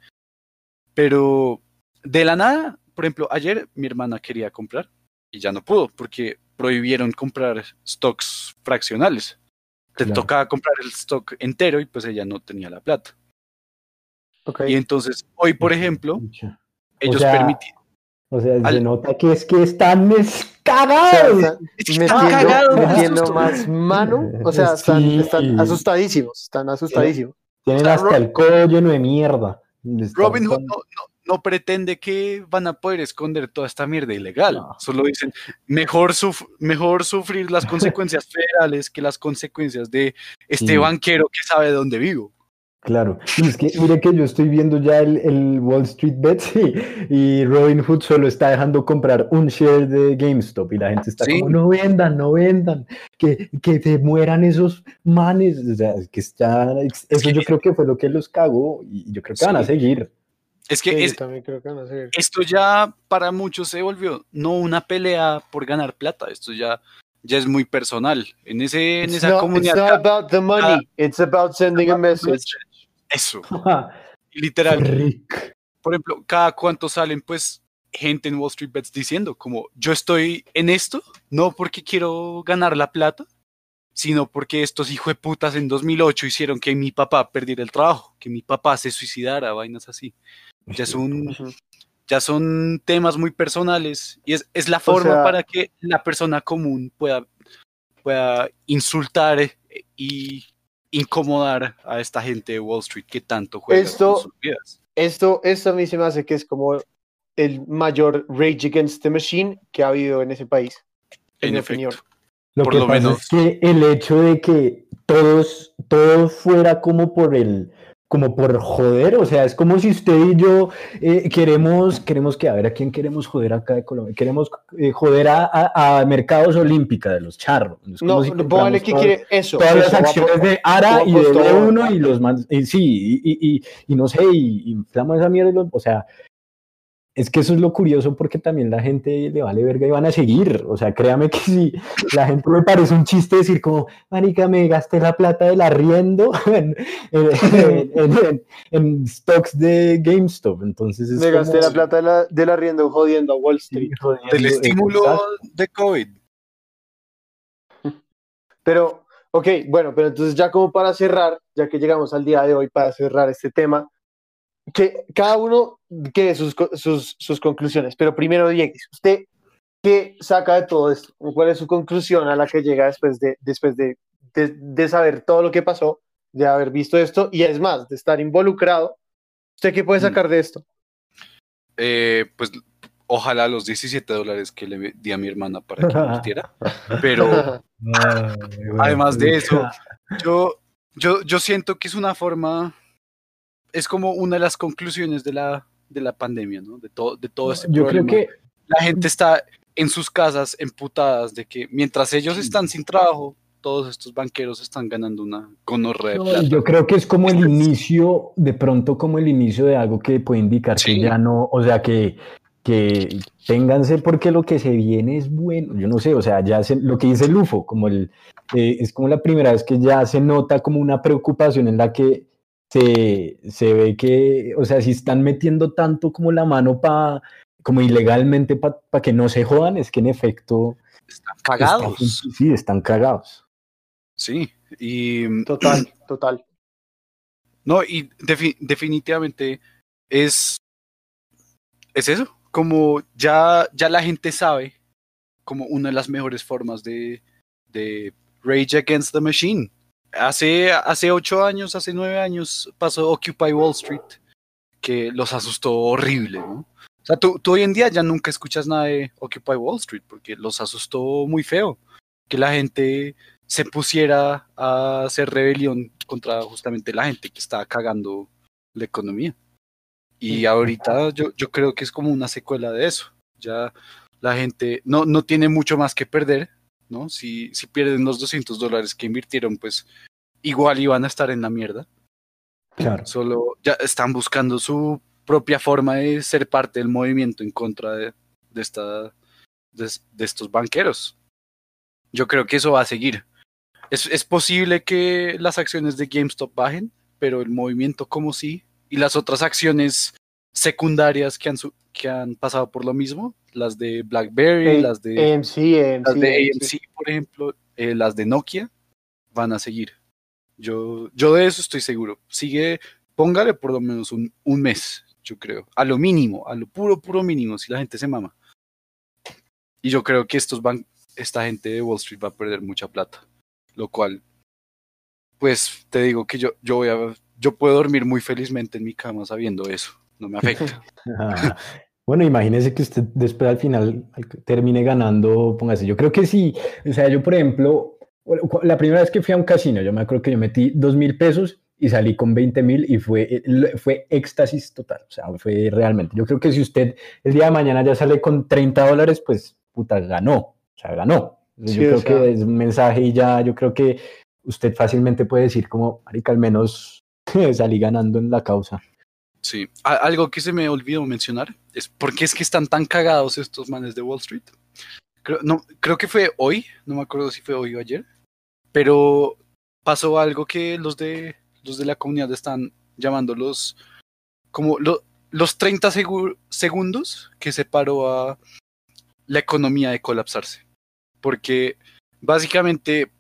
Pero de la nada, por ejemplo, ayer mi hermana quería comprar y ya no pudo porque prohibieron comprar stocks fraccionales. Te claro. tocaba comprar el stock entero y pues ella no tenía la plata. Okay. Y entonces, hoy, por ejemplo, Mucha. ellos o sea, permitieron... O sea, al... se nota que es que están cagados. O sea, están metiendo, cagados, metiendo más mano. O sea, están, sí. están asustadísimos. Están asustadísimos. Tienen o sea, hasta Rob... el codo lleno de mierda. Robinhood no, no, no pretende que van a poder esconder toda esta mierda ilegal. No. Solo dicen, mejor, suf mejor sufrir las consecuencias federales que las consecuencias de este sí. banquero que sabe de dónde vivo. Claro, y es que mire que yo estoy viendo ya el, el Wall Street Bets y, y Robinhood solo está dejando comprar un share de GameStop y la gente está sí. como, no vendan, no vendan, que, que se mueran esos manes, o sea, que está, eso sí. yo creo que fue lo que los cagó y yo creo que sí. van a seguir. Es que sí, es, yo también creo que van a seguir. Esto ya para muchos se volvió no una pelea por ganar plata, esto ya... ya es muy personal. En, ese, en esa not, comunidad... It's not about the money, uh, it's about sending a message. Eso. Literal. Rick. Por ejemplo, cada cuánto salen, pues, gente en Wall Street Bets diciendo, como, yo estoy en esto, no porque quiero ganar la plata, sino porque estos hijos de putas en dos mil ocho hicieron que mi papá perdiera el trabajo, que mi papá se suicidara, vainas así. Ya son... ya son temas muy personales y es, es la forma o sea, para que la persona común pueda, pueda insultar y incomodar a esta gente de Wall Street que tanto juega esto, con sus vidas. Esto, esto a mí se me hace que es como el mayor Rage Against the Machine que ha habido en ese país, en, en mi efecto. opinión. Lo por que lo pasa menos es que el hecho de que todos, todo fuera como por el... como por joder, o sea, es como si usted y yo eh, queremos, queremos que, a ver, ¿a quién queremos joder acá de Colombia? Queremos eh, joder a, a, a Mercados Olímpica de los charros. Es no, si póngale que quiere eso. Todas eso, las acciones por, de Ara y de todo, B uno y los más, y, sí, y, y, y, y no sé, y inflamos esa mierda, y lo, o sea, Es que eso es lo curioso porque también la gente le vale verga y van a seguir. O sea, créame que si la gente me parece un chiste decir como, marica, me gasté la plata del arriendo en, en, en, en, en stocks de GameStop. Entonces es Me como, gasté la plata de la, del arriendo jodiendo a Wall sí, Street. jodiendo, Del estímulo exacto. de COVID. Pero, ok, bueno, pero entonces ya como para cerrar, ya que llegamos al día de hoy, para cerrar este tema, que cada uno quede sus, co- sus, sus conclusiones. Pero primero, Diego, ¿usted qué saca de todo esto? ¿Cuál es su conclusión a la que llega después de, después de, de, de saber todo lo que pasó, de haber visto esto y es más, de estar involucrado? ¿Usted qué puede Mm. sacar de esto? Eh, pues ojalá los diecisiete dólares que le di a mi hermana para que invirtiera. Pero Ay, además de güey, eso, pucha. yo, yo, yo siento que es una forma, es como una de las conclusiones de la, de la pandemia, ¿no? De todo, de todo este Yo creo problema. que La gente está en sus casas emputadas de que mientras ellos están sin trabajo, todos estos banqueros están ganando una gonorrea de no, y plata. yo creo que es como el Este es- inicio, de pronto como el inicio de algo que puede indicar que Sí, ya no, o sea, que, que ténganse porque lo que se viene es bueno. Yo no sé, o sea, ya se, lo que dice el U F O, como el, eh, es como la primera vez que ya se nota como una preocupación en la que se, se ve que, o sea, si están metiendo tanto como la mano para, como ilegalmente para que no se jodan, es que en efecto están está, cagados. sí, están cagados. Sí, y Total, total. no, y defi- definitivamente es, es eso, como ya, ya la gente sabe como una de las mejores formas de, de Rage Against the Machine. Hace, hace ocho años, hace nueve años pasó Occupy Wall Street, que los asustó horrible, ¿no? O sea, tú, tú hoy en día ya nunca escuchas nada de Occupy Wall Street porque los asustó muy feo. Que la gente se pusiera a hacer rebelión contra justamente la gente que estaba cagando la economía. Y ahorita yo, yo creo que es como una secuela de eso. Ya la gente no, no tiene mucho más que perder, ¿no? Si, si pierden los doscientos dólares que invirtieron, pues igual iban a estar en la mierda. Claro. Solo ya están buscando su propia forma de ser parte del movimiento en contra de, de, esta, de, de estos banqueros. Yo creo que eso va a seguir. Es, es posible que las acciones de GameStop bajen, pero el movimiento como sí, y las otras acciones secundarias que han, su- que han pasado por lo mismo, las de BlackBerry, A- las de, AMC, las AMC, de AMC. A M C, por ejemplo, eh, las de Nokia, van a seguir. Yo, yo de eso estoy seguro. Sigue, póngale por lo menos un, un mes, yo creo. A lo mínimo, a lo puro, puro mínimo, si la gente se mama. Y yo creo que estos van, esta gente de Wall Street va a perder mucha plata. Lo cual, pues te digo que yo, yo voy a, yo puedo dormir muy felizmente en mi cama sabiendo eso. No me afecta. Ah, bueno, imagínese que usted después al final termine ganando, póngase, yo creo que sí, o sea, yo por ejemplo, bueno, cu- la primera vez que fui a un casino, yo me acuerdo que yo metí dos mil pesos y salí con veinte mil y fue, eh, lo- fue éxtasis total, o sea, fue realmente, yo creo que si usted el día de mañana ya sale con treinta dólares, pues puta, ganó, o sea, ganó. Sí, Yo o creo sea, que es un mensaje y ya, yo creo que usted fácilmente puede decir como, marica, al menos salí ganando en la causa. Sí. A- algo que se me olvidó mencionar es por qué es que están tan cagados estos manes de Wall Street. Creo, no, creo que fue hoy, no me acuerdo si fue hoy o ayer, pero pasó algo que los de los de la comunidad están llamando los como lo- los treinta segu- segundos que separó a la economía de colapsarse. Porque básicamente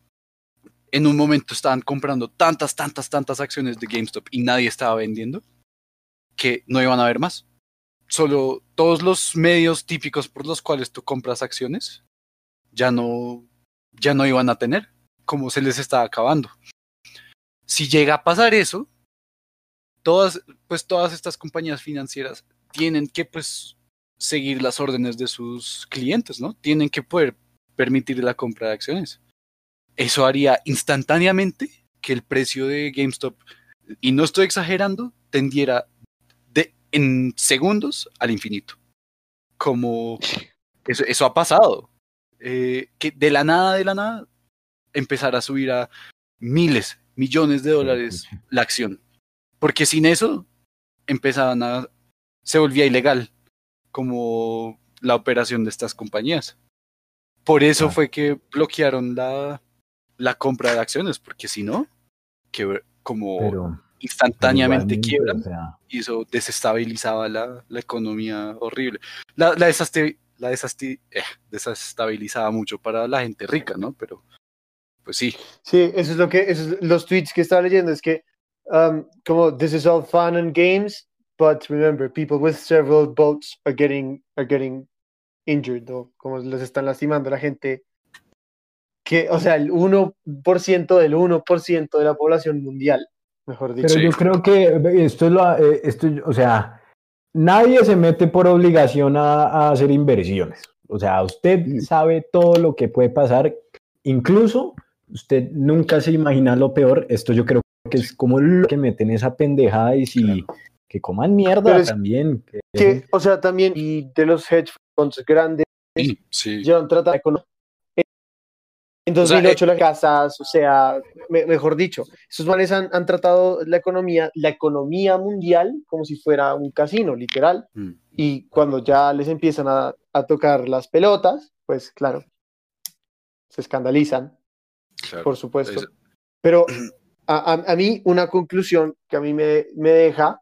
en un momento estaban comprando tantas, tantas, tantas acciones de GameStop y nadie estaba vendiendo que no iban a haber más. Solo todos los medios típicos por los cuales tú compras acciones ya no, ya no iban a tener, como se les estaba acabando. Si llega a pasar eso, todas, pues todas estas compañías financieras tienen que pues seguir las órdenes de sus clientes, ¿no? Tienen que poder permitir la compra de acciones. Eso haría instantáneamente que el precio de GameStop, y no estoy exagerando, tendiera de, en segundos al infinito. Como eso, eso ha pasado. Eh, que de la nada, de la nada, empezar a subir a miles, millones de dólares la acción. Porque sin eso empezaban a, se volvía ilegal como la operación de estas compañías. Por eso Ah. fue que bloquearon la, la compra de acciones, porque si no, que como Pero, pero instantáneamente igualmente, quiebran, o sea, y eso desestabilizaba la, la economía horrible. La, la, desaste, la desasti, eh, desestabilizaba mucho para la gente rica, ¿no? Pero, pues sí. Sí, eso es lo que, eso es los tweets que estaba leyendo, es que um, como this is all fun and games, but remember, people with several boats are getting, are getting injured, o como les están lastimando la gente, que, o sea, el uno por ciento del uno por ciento de la población mundial, mejor dicho. pero Sí. yo creo que esto es lo, eh, esto, o sea, nadie se mete por obligación a, a hacer inversiones. O sea, usted Mm. sabe todo lo que puede pasar, incluso usted nunca se imagina lo peor. Esto yo creo que es como lo que meten esa pendejada y si Claro. que coman mierda Pero es también. que- Que, o sea, también y de los hedge funds grandes Sí, sí. llevan tratado de economía. En O sea, dos mil ocho las casas, o sea, me- mejor dicho, esos manes han, han tratado la economía, la economía mundial como si fuera un casino, literal. Mm, Y cuando ya les empiezan a, a tocar las pelotas, pues claro, se escandalizan, claro. por supuesto. Es- Pero a, a- a mí una conclusión que a mí me, me deja,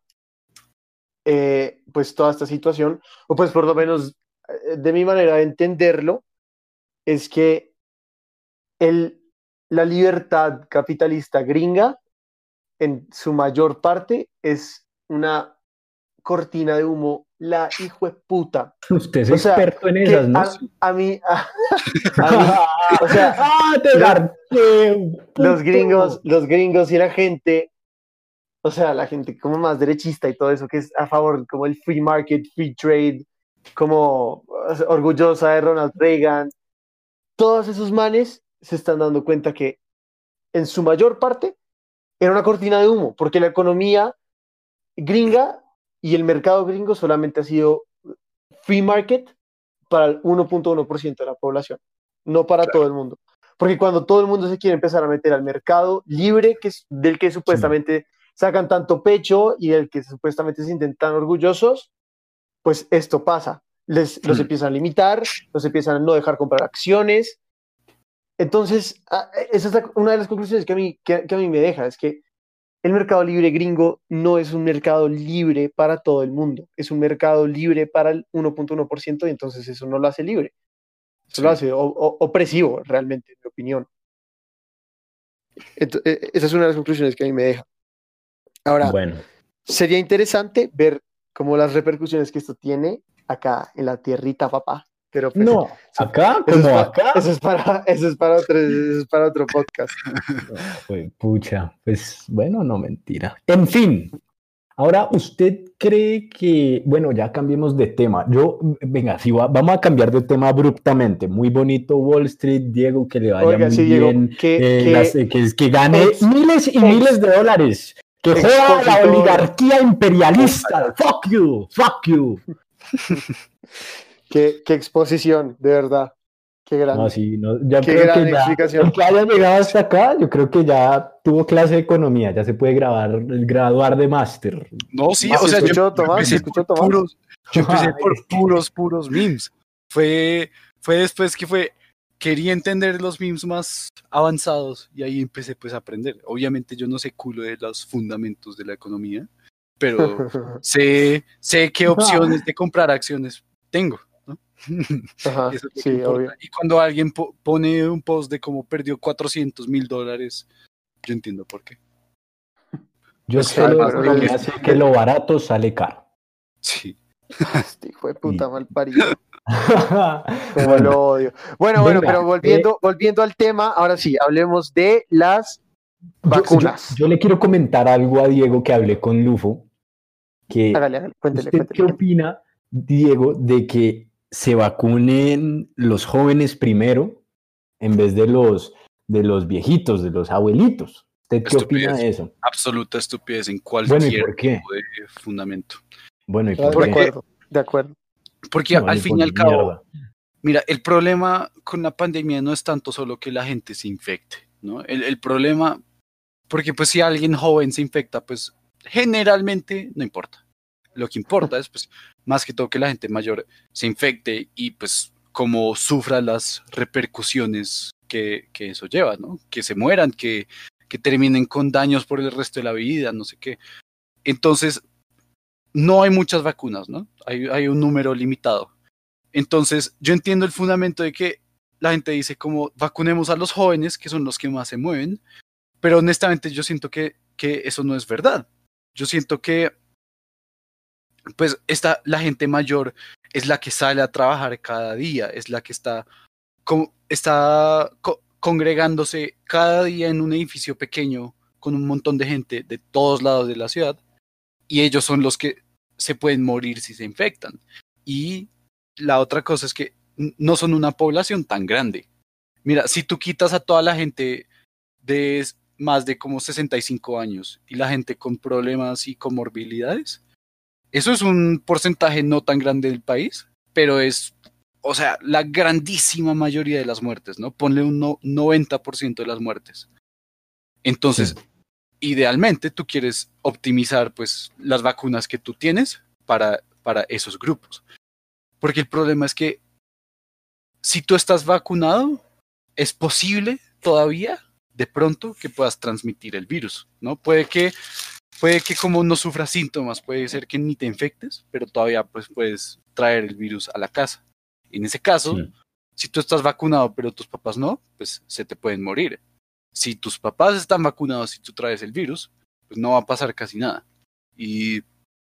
eh, pues toda esta situación, o pues por lo menos eh, de mi manera de entenderlo, es que el, la libertad capitalista gringa, en su mayor parte, es una cortina de humo, la hijo de puta. Usted es O sea, experto en que esas, ¿no? a, a mí, a, a mí, o sea, ¡Ah, te los- garché, los puto! gringos, los gringos y la gente, o sea, la gente como más derechista y todo eso, que es a favor, como el free market, free trade, como o sea, orgullosa de Ronald Reagan, todos esos manes se están dando cuenta que en su mayor parte era una cortina de humo, porque la economía gringa y el mercado gringo solamente ha sido free market para el uno punto uno por ciento de la población, no para Claro. todo el mundo. Porque cuando todo el mundo se quiere empezar a meter al mercado libre, que es del que supuestamente sacan tanto pecho y del que supuestamente se sienten tan orgullosos, pues esto pasa. Les, los Hmm. empiezan a limitar, los empiezan a no dejar comprar acciones. Entonces, ah, esa es la- una de las conclusiones que a, mí, que, que a mí me deja, es que el mercado libre gringo no es un mercado libre para todo el mundo, es un mercado libre para el uno punto uno por ciento y entonces eso no lo hace libre, eso Sí. lo hace o- o- opresivo realmente, en mi opinión. Ento- eh, esa es una de las conclusiones que a mí me deja. Ahora, Bueno, sería interesante ver como las repercusiones que esto tiene acá en la tierrita, papá. Pero pues, no, eso, acá eso es como pa- acá. eso es para, eso es para otro, eso es para otro podcast. Pues, pucha, pues bueno, no mentira. En fin, ahora usted cree que, bueno, ya cambiemos de tema. Yo, venga, si va- vamos a cambiar de tema abruptamente. Muy bonito Wall Street, Diego, que le vaya Oiga, muy sí, Diego, bien, que- eh, que- las- eh, que, que gane ex- miles y ex- miles de dólares. Que joda a la expositor. oligarquía imperialista. Fuck you, fuck you. Qué, qué exposición, de verdad. Qué gran. No, sí, no, ya Qué creo gran que ya, explicación. el que haya llegado hasta acá, yo creo que ya tuvo clase de economía, ya se puede grabar, graduar de máster. No, sí, ¿Se o sea, yo, escuchó, yo Tomás? ¿Se empecé escuchó, por Tomás? puros, yo empecé Ay, por es que- puros, puros memes. Fue, fue después que fue, quería entender los memes más avanzados y ahí empecé pues a aprender. Obviamente yo no sé culo de los fundamentos de la economía, pero sé, sé qué opciones de comprar acciones tengo, ¿no? Ajá, Eso es lo que sí, importa. obvio. Y cuando alguien po- pone un post de cómo perdió cuatrocientos mil dólares, yo entiendo por qué. Yo Pues solo claro, de pero economía el- sé que lo barato sale caro. Sí. Este hijo de puta Y- mal parido. Como Bueno, lo odio. Bueno, bueno, venga, pero volviendo, volviendo al tema, ahora sí, hablemos de las yo- vacunas. Yo, yo le quiero comentar algo a Diego que hablé con Lufo, que Hágale, hágale, cuéntele, ¿usted cuéntele. qué opina, Diego, de que se vacunen los jóvenes primero en vez de los, de los viejitos, de los abuelitos? ¿Usted qué opina Estupidez. de eso? Absoluta estupidez en Bueno, ¿y cualquier por qué? tipo de fundamento. Bueno, ¿y De por ¿por qué? qué? acuerdo, de acuerdo. Porque No, al ni fin y por al cabo, mierda. mira, el problema con la pandemia no es tanto solo que la gente se infecte, ¿no? El, el problema, porque pues si alguien joven se infecta, pues generalmente no importa. Lo que importa es, pues, más que todo que la gente mayor se infecte y, pues, como sufra las repercusiones que, que eso lleva, ¿no? Que se mueran, que, que terminen con daños por el resto de la vida, no sé qué. Entonces, no hay muchas vacunas, ¿no? Hay, hay un número limitado. Entonces, yo entiendo el fundamento de que la gente dice como vacunemos a los jóvenes, que son los que más se mueven, pero honestamente yo siento que, que eso no es verdad. Yo siento que pues esta, la gente mayor es la que sale a trabajar cada día, es la que está, con, está co- congregándose cada día en un edificio pequeño con un montón de gente de todos lados de la ciudad, y ellos son los que se pueden morir si se infectan. Y la otra cosa es que n- no son una población tan grande. Mira, si tú quitas a toda la gente de s- más de como sesenta y cinco años y la gente con problemas y comorbilidades, eso es un porcentaje no tan grande del país, pero es, o sea, la grandísima mayoría de las muertes, ¿no? Ponle un no- noventa por ciento de las muertes. Entonces, Sí. idealmente tú quieres optimizar pues las vacunas que tú tienes para, para esos grupos. Porque el problema es que si tú estás vacunado, es posible todavía de pronto que puedas transmitir el virus, ¿no? Puede que, puede que como no sufras síntomas, puede ser que ni te infectes, pero todavía pues puedes traer el virus a la casa. En ese caso, Sí. si tú estás vacunado pero tus papás no, pues se te pueden morir. Si tus papás están vacunados y tú traes el virus, pues no va a pasar casi nada. Y,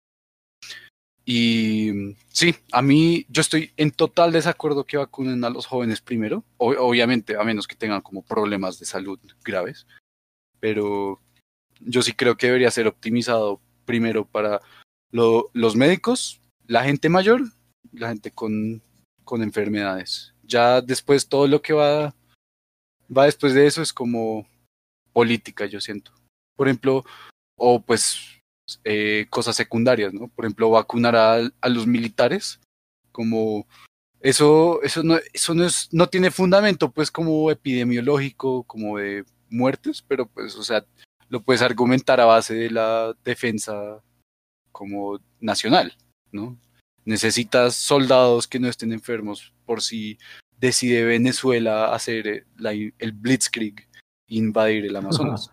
y sí, a mí yo estoy en total desacuerdo que vacunen a los jóvenes primero, o- obviamente a menos que tengan como problemas de salud graves, pero yo sí creo que debería ser optimizado primero para lo- los médicos, la gente mayor, la gente con, con enfermedades. Ya después todo lo que va, va después de eso es como política, yo siento. Por ejemplo, o pues eh, cosas secundarias, ¿no? Por ejemplo, vacunar a, a los militares, como eso, eso no, eso no es, no tiene fundamento, pues, como epidemiológico, como de muertes, pero pues, o sea, lo puedes argumentar a base de la defensa como nacional, ¿no? Necesitas soldados que no estén enfermos por si decide Venezuela hacer eh, la- el Blitzkrieg, invadir el Amazonas.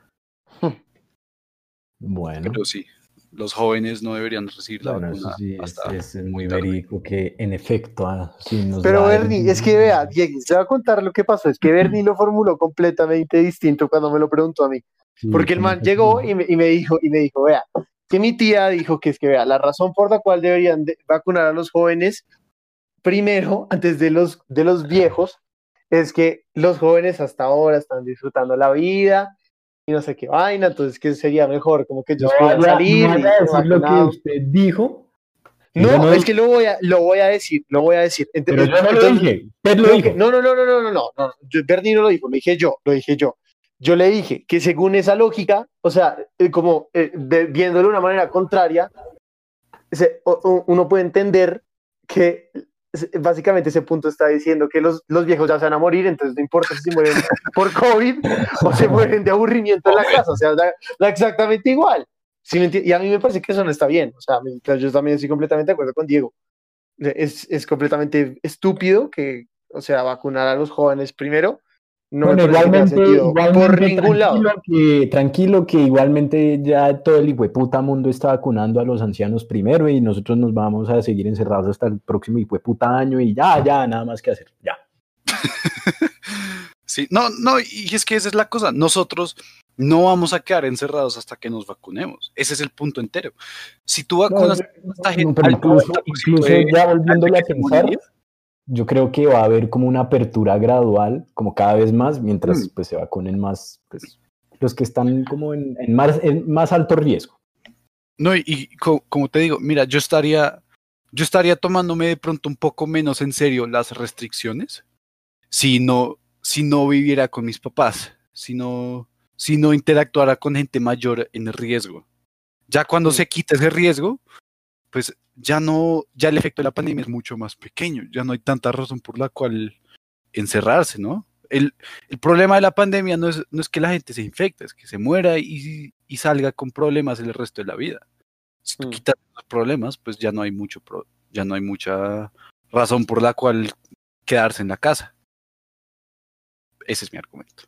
Bueno, Pero sí, los jóvenes no deberían recibir la bueno, eso vacuna sí es, hasta es muy muy tarde. verídico que en efecto ah, sí nos Pero da el Bernie, es que virus. vea, Diego, se va a contar lo que pasó. Es que Bernie lo formuló completamente distinto cuando me lo preguntó a mí. Sí, Porque el ¿cómo man fue que lo llegó dijo? y me, y me dijo, y me dijo, vea, que mi tía dijo que es que, vea, la razón por la cual deberían de vacunar a los jóvenes primero, antes de los, de los viejos, es que los jóvenes hasta ahora están disfrutando la vida y no sé qué vaina, entonces que sería mejor como que No ellos pudieran vaya, no salir vaya y a ser decir lo que vacunados. usted dijo. Eso No, no, es que lo voy a, lo voy a decir, lo voy a decir. Ent- pero es- yo no lo Entonces, dije, usted lo lo que, dijo. no, no, no, no, no, no, no, no, yo- Bernie no lo dijo, lo dije yo, lo dije yo. Yo le dije que según esa lógica, o sea, eh, como eh, de- viéndolo de una manera contraria, se- o- o- uno puede entender que s- básicamente ese punto está diciendo que los, los viejos ya se van a morir, entonces no importa si se mueren por COVID o se mueren de aburrimiento en la casa, o sea, da, da exactamente igual. ¿Sí me enti- y a mí me parece que eso no está bien, o sea, me- yo también estoy completamente de acuerdo con Diego. Es, es completamente estúpido que, o sea, vacunar a los jóvenes primero, no me Bueno, parece que tenga igualmente, sentido por igualmente ningún lado. tranquilo que, tranquilo que igualmente ya todo el hijueputa mundo está vacunando a los ancianos primero y nosotros nos vamos a seguir encerrados hasta el próximo hijueputa año y ya, ya, nada más que hacer, ya. Sí, no, no, y es que esa es la cosa. Nosotros no vamos a quedar encerrados hasta que nos vacunemos. Ese es el punto entero. Si tú No, vacunas yo- a esta no, gente, pero al incluso, noventa por ciento incluso de ya gente volviéndolo que a se moriría, pensar, yo creo que va a haber como una apertura gradual, como cada vez más, mientras mm, pues se vacunen más, pues, los que están como en, en más, en más alto riesgo. no, y, y co- como te digo, mira, yo estaría, yo estaría tomándome de pronto un poco menos en serio las restricciones si no, si no viviera con mis papás, si no, si no interactuara con gente mayor en riesgo. Ya cuando Mm. se quita ese riesgo, pues ya no, ya el efecto de la pandemia es mucho más pequeño, ya no hay tanta razón por la cual encerrarse, ¿no? El, el problema de la pandemia no es, no es que la gente se infecte, es que se muera y, y salga con problemas el resto de la vida. Si tú Mm. quitas los problemas, pues ya no hay mucho pro- ya no hay mucha razón por la cual quedarse en la casa. Ese es mi argumento.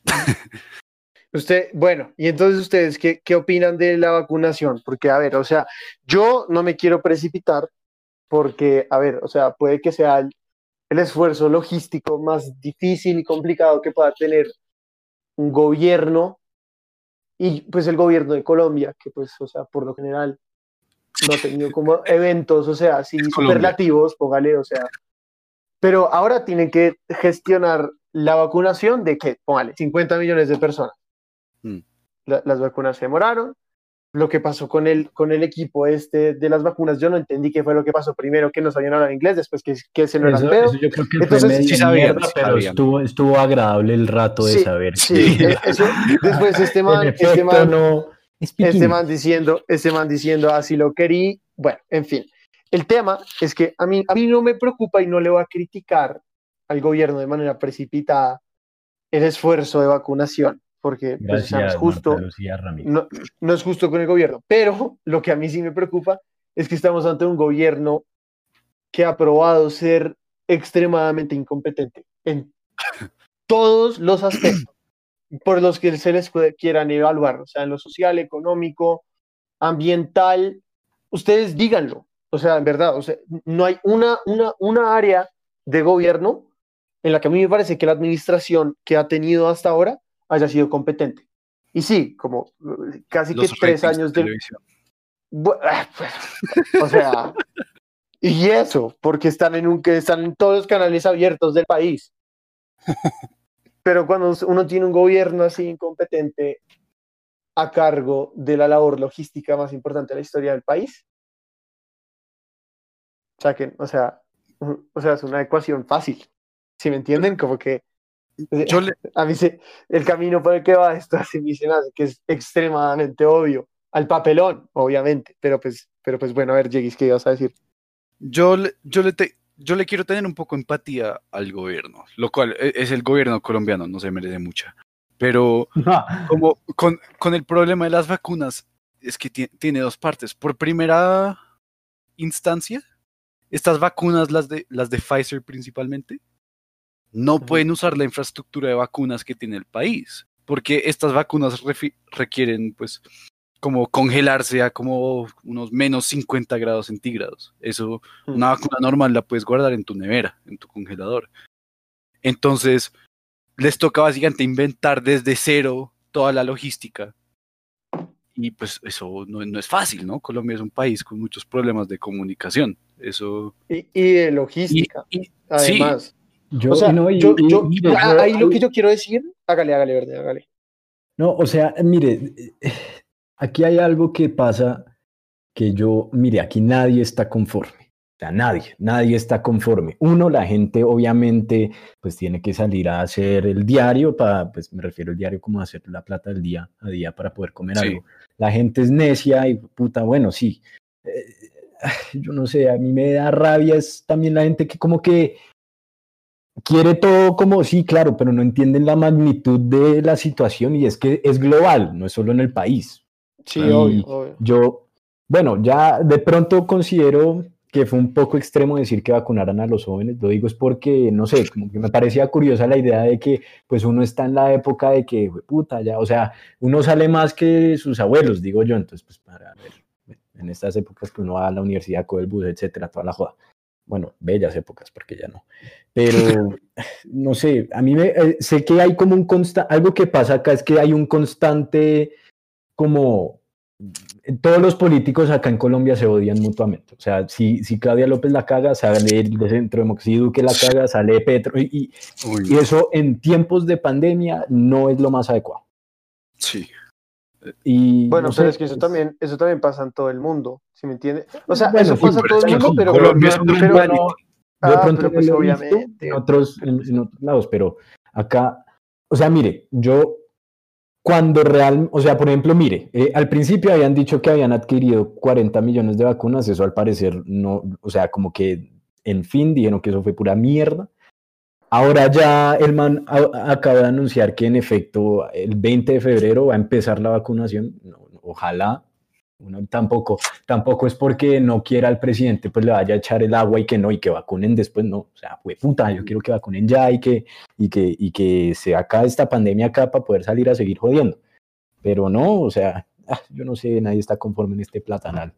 Usted, bueno, y entonces ustedes, ¿qué, qué opinan de la vacunación? Porque, a ver, o sea, yo no me quiero precipitar porque, a ver, o sea, puede que sea el, el esfuerzo logístico más difícil y complicado que pueda tener un gobierno y pues el gobierno de Colombia, que pues, o sea, por lo general no ha tenido como eventos, o sea, así Colombia. superlativos, póngale, o sea, pero ahora tienen que gestionar la vacunación de qué, póngale, cincuenta millones de personas. Mm. La- las vacunas se demoraron. Lo que pasó con el, con el equipo este de las vacunas, yo no entendí qué fue lo que pasó. Primero que no sabían hablar inglés, después que, que se no era el Eso, pedo. eso yo creo que fue Entonces, medio Sí sabían, mierda, sí pero sabían. estuvo, estuvo agradable el rato de sí, saber sí, que eh, eso. Después este el man, este efecto man, no es este pequeño. man diciendo, este man diciendo, así lo querí. Bueno, en fin. El tema es que a mí, a mí no me preocupa y no le voy a criticar al gobierno de manera precipitada el esfuerzo de vacunación, porque pues, o sea, no es Gracias, Marta justo, Lucía Ramírez. no, no es justo con el gobierno, pero lo que a mí sí me preocupa es que estamos ante un gobierno que ha probado ser extremadamente incompetente en todos los aspectos por los que se les puede- quieran evaluar, o sea, en lo social, económico, ambiental, ustedes díganlo, o sea, en verdad, o sea, no hay una, una, una área de gobierno en la que a mí me parece que la administración que ha tenido hasta ahora haya sido competente. Y sí, como eh, casi que Los tres ratings de años de... televisión. Bu- ah, pues, o sea, y eso, porque están en, un, que están en todos los canales abiertos del país. Pero cuando uno tiene un gobierno así incompetente a cargo de la labor logística más importante de la historia del país, o sea, que, o sea, o sea, es una ecuación fácil. ¿Sí me entienden? Como que Yo le, a mí se, el camino por el que va esto así me se me hace que es extremadamente obvio. Al papelón, obviamente, pero pues, pero pues bueno, a ver, Jegis, ¿qué ibas a decir? yo le, yo le, te- yo le quiero tener un poco empatía al gobierno, lo cual e- es el gobierno colombiano, no se merece mucha. Pero como con, con el problema de las vacunas, es que ti- tiene dos partes. Por primera instancia, estas vacunas, las de, las de Pfizer principalmente, no Ujú. pueden usar la infraestructura de vacunas que tiene el país, porque estas vacunas refi- requieren, pues, como congelarse a como unos menos cincuenta grados centígrados. Eso, Mm. una vacuna normal la puedes guardar en tu nevera, en tu congelador. Entonces, les toca básicamente inventar desde cero toda la logística. Y pues eso no, no es fácil, ¿no? Colombia es un país con muchos problemas de comunicación. Eso. Y, y de Y, logística, y- sí, además. O Yo, y sea, no, y, yo, y yo, mire, a- yo, ahí lo que yo quiero decir, hágale, hágale, verde, hágale. no, o sea, mire, eh, aquí hay algo que pasa que yo, mire, aquí nadie está conforme. O sea, nadie, nadie está conforme. Uno, la gente obviamente pues tiene que salir a hacer el diario para, pues me refiero al diario como a hacer la plata del día a día para poder comer sí. algo. La gente es necia y puta, bueno, sí. Eh, yo no sé, a mí me da rabia es también la gente que como que quiere todo como, sí, claro, pero no entienden la magnitud de la situación y es que es global, no es solo en el país. Sí, Claro. obvio, Y obvio. yo, bueno, ya de pronto considero que fue un poco extremo decir que vacunaran a los jóvenes. Lo digo es porque, no sé, como que me parecía curiosa la idea de que pues uno está en la época de que, puta, ya, o sea, uno sale más que sus abuelos, digo yo. Entonces, pues para ver, en estas épocas que uno va a la universidad, coge el bus, etcétera, toda la joda. Bueno, bellas épocas, porque ya no. Pero, no sé, a mí me, eh, sé que hay como un constante, algo que pasa acá es que hay un constante, como, todos los políticos acá en Colombia se odian mutuamente. O sea, si, si Claudia López la caga, sale el de Centro Democrático, si Duque la caga, sale Petro, y, y, Uy, y no. eso en tiempos de pandemia no es lo más adecuado. Sí. Y, Bueno, no pero sé, es que eso es- también, eso también pasa en todo el mundo, ¿sí me entiende? O sea, bueno, eso sí, pasa en Pero todo es el que mundo, sí, pero, yo, Colombia yo es de un pronto pero, reality. no, yo de ah, pronto pero no pues lo he visto obviamente. en otros, en, en otros lados, pero acá, o sea, mire, yo cuando real, o sea, por ejemplo, mire, eh, al principio habían dicho que habían adquirido cuarenta millones de vacunas, eso al parecer no, o sea, como que en fin dijeron que eso fue pura mierda. Ahora ya el man a- acaba de anunciar que en efecto el veinte de febrero va a empezar la vacunación, no, ojalá, Uno tampoco, tampoco es porque no quiera al presidente, pues le vaya a echar el agua y que no, y que vacunen después, no. O sea, fue puta, yo quiero que vacunen ya y que, y que, y que se acabe esta pandemia acá para poder salir a seguir jodiendo. Pero no, o sea, ah, yo no sé, nadie está conforme en este platanal.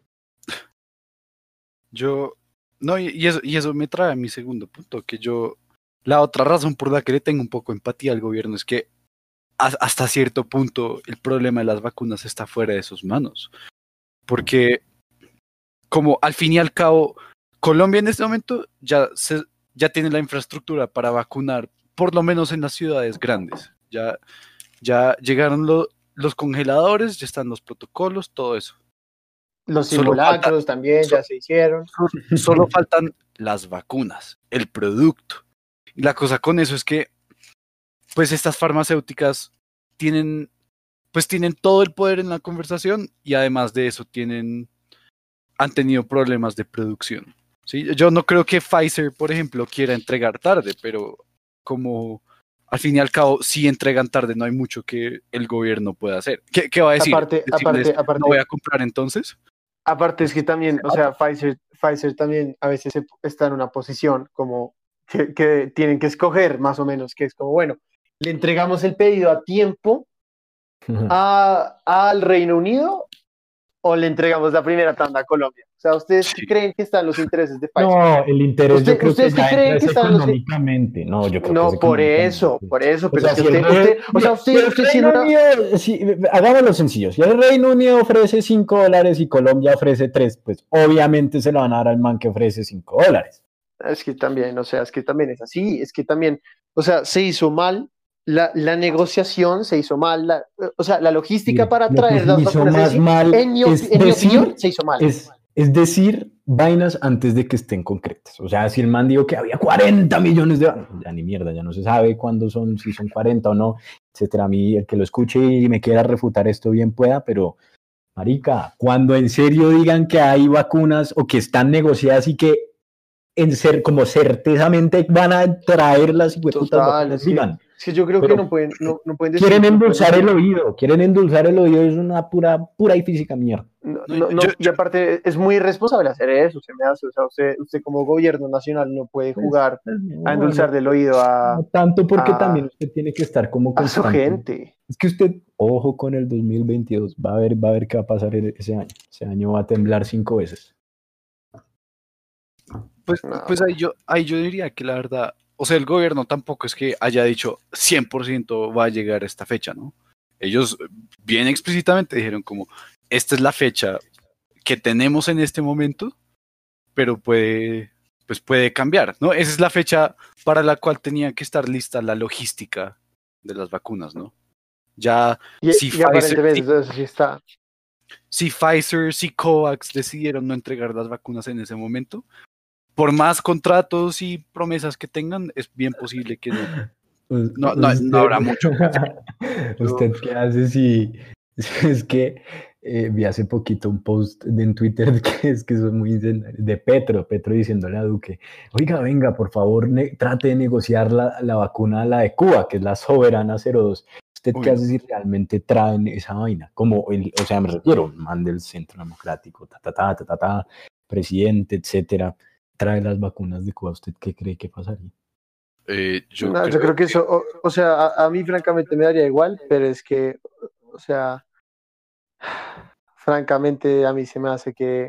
Yo, no, y, y eso, y eso me trae a mi segundo punto, que yo, la otra razón por la que le tengo un poco empatía al gobierno es que a, hasta cierto punto el problema de las vacunas está fuera de sus manos. Porque, como al fin y al cabo, Colombia en este momento ya, se, ya tiene la infraestructura para vacunar, por lo menos en las ciudades grandes. Ya, ya llegaron lo, los congeladores, ya están los protocolos, todo eso. Los Solo simulacros falta- también so- ya se hicieron. Solo faltan las vacunas, el producto. Y la cosa con eso es que, pues estas farmacéuticas tienen, pues tienen todo el poder en la conversación y además de eso tienen, han tenido problemas de producción. ¿Sí? Yo no creo que Pfizer, por ejemplo, quiera entregar tarde, pero como al fin y al cabo, si entregan tarde, no hay mucho que el gobierno pueda hacer. ¿Qué, qué va a decir? Aparte, Decirles, aparte, aparte. ¿no voy a comprar entonces? Aparte es que también, o sea, Pfizer, Pfizer también a veces se- está en una posición como que, que tienen que escoger más o menos, que es como, bueno, le entregamos el pedido a tiempo a, al Reino Unido o le entregamos la primera tanda a Colombia. O sea, ¿ustedes Sí. creen que están los intereses de Pfizer? No, el interés ¿Usted- yo creo que ustedes qué ya creen entra que es están los- económicamente. No, yo creo que No, es por económicamente. eso, por eso, O pero sea, es que si el usted, Reino- usted- o sea, si usted, el usted siendo Reino una- Unido- si- hagámoslo sencillo. Si el Reino Unido ofrece cinco dólares y Colombia ofrece tres, pues obviamente se lo van a dar al man que ofrece cinco dólares. Es que también, o sea, es que también es así, es que también, o sea, se hizo mal la, la negociación, se hizo mal, la, o sea, la logística Sí, para lo que traer se las hizo vacunas, es más decir, mal en mi, es opi- en mi decir- opinión, se hizo mal. Es, es decir, vainas antes de que estén concretas. O sea, si el man dijo que había cuarenta millones de... Ya ni mierda, ya no se sabe cuándo son, si son cuarenta o no, etcétera. A mí, el que lo escuche y me quiera refutar esto bien pueda, pero, marica, cuando en serio digan que hay vacunas o que están negociadas y que en ser como certezamente van a traerlas y Total, es que, digan. es que yo creo Pero que no pueden, no, no pueden decir. Quieren no pueden endulzar el decir- oído, quieren endulzar el oído, es una pura, pura y física mierda. No, No, no, no, yo- y aparte es muy irresponsable hacer eso, se me hace, o sea, usted, usted como gobierno nacional no puede jugar No, a endulzar no, del oído a, no tanto porque a- también usted tiene que estar como a su constante. gente. Es que usted, ojo con el dos mil veintidós, va a ver, va a ver qué va a pasar e- ese año. Ese año va a temblar cinco veces. Pues, No. pues ahí, yo, ahí yo diría que la verdad, o sea, el gobierno tampoco es que haya dicho cien por ciento va a llegar a esta fecha, ¿no? Ellos bien explícitamente dijeron como, esta es la fecha que tenemos en este momento, pero puede, pues puede cambiar, ¿no? Esa es la fecha para la cual tenía que estar lista la logística de las vacunas, ¿no? Ya, Y, si y Pfizer- aparentemente si- eso sí está. si Pfizer, si COVAX decidieron no entregar las vacunas en ese momento, por más contratos y promesas que tengan, es bien posible que no. No, no, no habrá mucho que hacer. ¿Usted qué hace si es que eh, vi hace poquito un post de- en Twitter que es que son muy incendiarios, de Petro, Petro diciéndole a Duque, oiga, venga, por favor, ne- trate de negociar la, la vacuna, la de Cuba, que es la Soberana cero dos. ¿Usted qué Uy. hace si realmente traen esa vaina? Como el, o sea, me refiero, man del Centro Democrático, ta, ta, ta, ta, ta, ta, presidente, etcétera, trae las vacunas de Cuba, ¿usted qué cree que pasaría? Eh, yo, No, creo yo creo que eso, o, o sea, a, a mí francamente me daría igual, pero es que, o sea, francamente a mí se me hace que,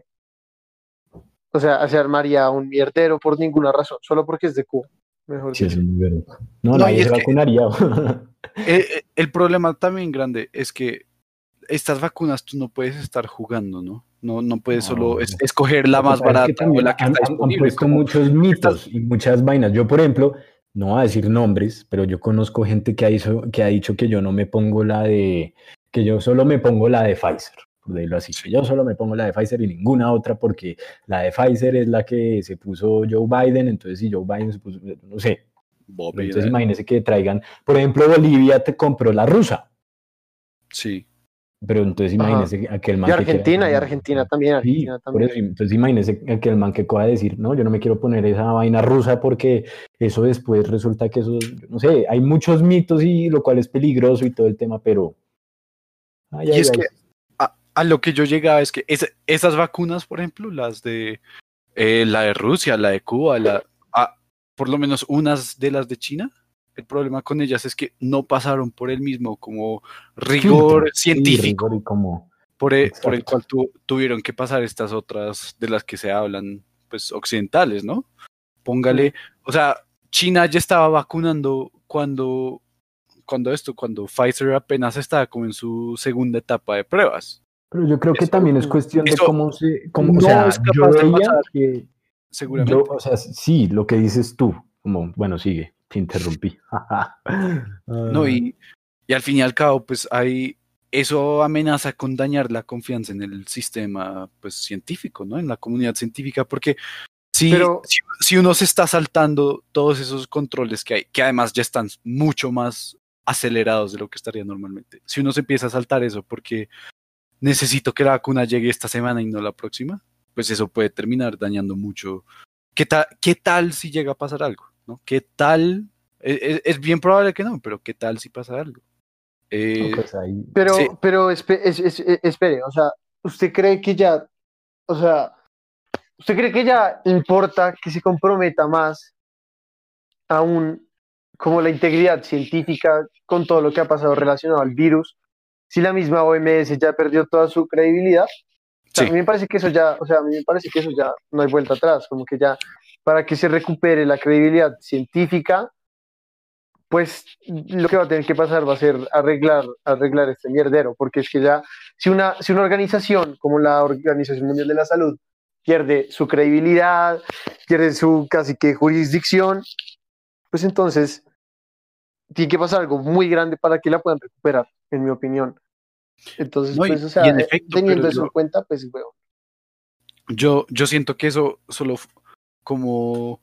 o sea, se armaría un mierdero por ninguna razón, solo porque es de Cuba, mejor Sí, dicho. es muy verídico. No, No, nadie y se es que- vacunaría. Eh, eh, el problema también grande es que estas vacunas tú no puedes estar jugando, ¿no? No, no puedes No. solo es- escoger la Lo que más pasa es barata que también o la que han, está han- han disponible. puesto como- muchos mitos y muchas vainas. Yo, por ejemplo, no voy a decir nombres, pero yo conozco gente que ha, hizo, que ha dicho que yo no me pongo la de, que yo solo me pongo la de Pfizer, por decirlo así. Que yo solo me pongo la de Pfizer y ninguna otra porque la de Pfizer es la que se puso Joe Biden, entonces si Joe Biden se puso, no sé. Bob, Pero entonces eh, imagínense que traigan, por ejemplo, Bolivia te compró la rusa, sí. pero entonces Ajá. imagínense aquel man Y que quiera Argentina, y decir, Argentina también, Sí, Argentina por también. eso, entonces imagínese que el man que pueda decir, no, yo no me quiero poner esa vaina rusa porque eso después resulta que eso, yo no sé, hay muchos mitos y lo cual es peligroso y todo el tema, pero... Ay, Y ay, es ay. que a, a lo que yo llegaba es que es, esas vacunas, por ejemplo, las de eh, la de Rusia, la de Cuba, la, ah, por lo menos unas de las de China, el problema con ellas es que no pasaron por el mismo como rigor Sí, científico rigor y como, por el, por el exacto. cual tu, tuvieron que pasar estas otras de las que se hablan, pues occidentales, ¿no? Póngale, o sea, China ya estaba vacunando cuando, cuando esto, cuando Pfizer apenas estaba como en su segunda etapa de pruebas. Pero yo creo que Eso, también es cuestión de eso cómo se, cómo, o no sea, es yo capaz de veía pasar, que, yo, seguramente. o sea, sí, lo que dices tú, como, bueno, sigue, te interrumpí. No, Ah, y, y al fin y al cabo, pues hay, eso amenaza con dañar la confianza en el sistema, pues, científico, ¿no? En la comunidad científica, porque si, Pero, si, si uno se está saltando todos esos controles que hay, que además ya están mucho más acelerados de lo que estaría normalmente, si uno se empieza a saltar eso porque necesito que la vacuna llegue esta semana y no la próxima, pues eso puede terminar dañando mucho. ¿Qué tal, qué tal si llega a pasar algo? ¿No? ¿Qué tal? Es, es- es bien probable que no, pero ¿qué tal si pasa algo? no, Eh, pues ahí, sí, pero, pero, espe- es- es- es- espere, o sea, ¿usted cree que ya, o sea, usted cree que ya importa que se comprometa más aún como la integridad científica con todo lo que ha pasado relacionado al virus, si la misma O M S ya perdió toda su credibilidad? O sea, a sí, mí me parece que eso ya, o sea, a mí me parece que eso ya no hay vuelta atrás, como que ya para que se recupere la credibilidad científica, pues lo que va a tener que pasar va a ser arreglar, arreglar este mierdero, porque es que ya, si una, si una organización como la Organización Mundial de la Salud pierde su credibilidad, pierde su casi que jurisdicción, pues entonces tiene que pasar algo muy grande para que la puedan recuperar, en mi opinión. Entonces, no, y, pues, o y sea, en eh, efecto, pero teniendo eso yo, en cuenta, pues, weón. yo, yo siento que eso solo f- como,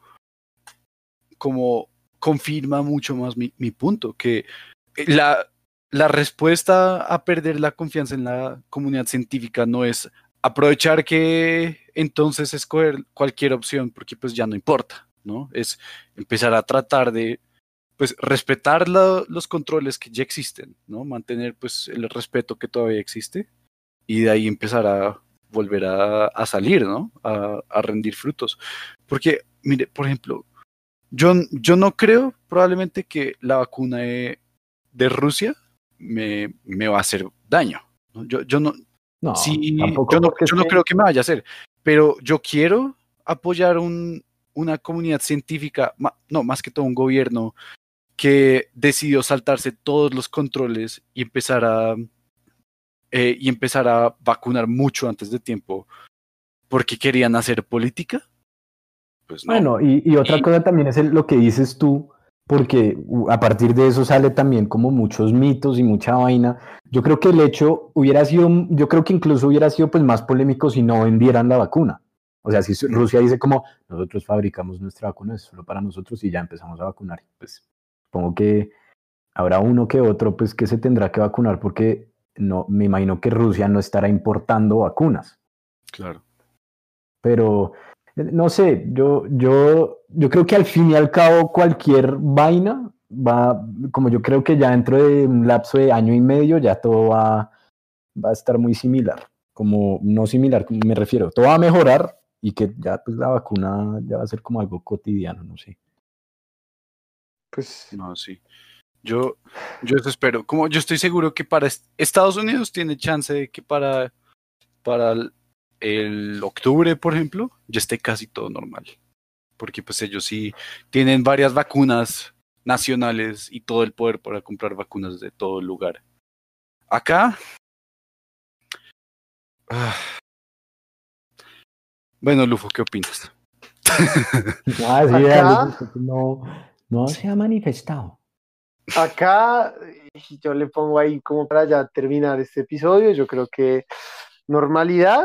como confirma mucho más mi, mi punto, que la, la respuesta a perder la confianza en la comunidad científica no es aprovechar que entonces escoger cualquier opción porque pues ya no importa, ¿no? Es empezar a tratar de pues respetar la- los controles que ya existen, ¿no? Mantener pues el respeto que todavía existe y de ahí empezar a volver a, a salir, ¿no? A, a rendir frutos. Porque, mire, por ejemplo, yo, yo no creo probablemente que la vacuna de, de Rusia me, me va a hacer daño, ¿no? Yo, yo no, no, sí, yo tampoco no, porque es yo no que, creo que me vaya a hacer, pero yo quiero apoyar un, una comunidad científica, ma- no, más que todo un gobierno que decidió saltarse todos los controles y empezar a, eh, y empezar a vacunar mucho antes de tiempo porque querían hacer política, pues no. bueno, y, y otra Y cosa también es el- lo que dices tú, porque uh, a partir de eso sale también como muchos mitos y mucha vaina. Yo creo que el hecho hubiera sido, yo creo que incluso hubiera sido pues más polémico si no vendieran la vacuna. O sea, si mm, Rusia dice como nosotros fabricamos nuestra vacuna, es solo para nosotros y ya empezamos a vacunar, pues supongo que habrá uno que otro pues que se tendrá que vacunar porque no, me imagino que Rusia no estará importando vacunas. claro. Pero eh, no sé, yo, yo, yo creo que al fin y al cabo cualquier vaina va, como yo creo que ya dentro de un lapso de año y medio ya todo va, va a estar muy similar, como no similar, me refiero, todo va a mejorar y que ya pues la vacuna ya va a ser como algo cotidiano, no sé. Pues, No, sí. Yo, yo eso espero. Como yo estoy seguro que para est- Estados Unidos tiene chance de que para, para el, el octubre, por ejemplo, ya esté casi todo normal. Porque pues ellos sí tienen varias vacunas nacionales y todo el poder para comprar vacunas de todo el lugar. Acá, ah, bueno, Lufo, ¿qué opinas? Ah, sí, acá, dale, porque no, no se ha manifestado. acá, y yo le pongo ahí como para ya terminar este episodio, yo creo que normalidad,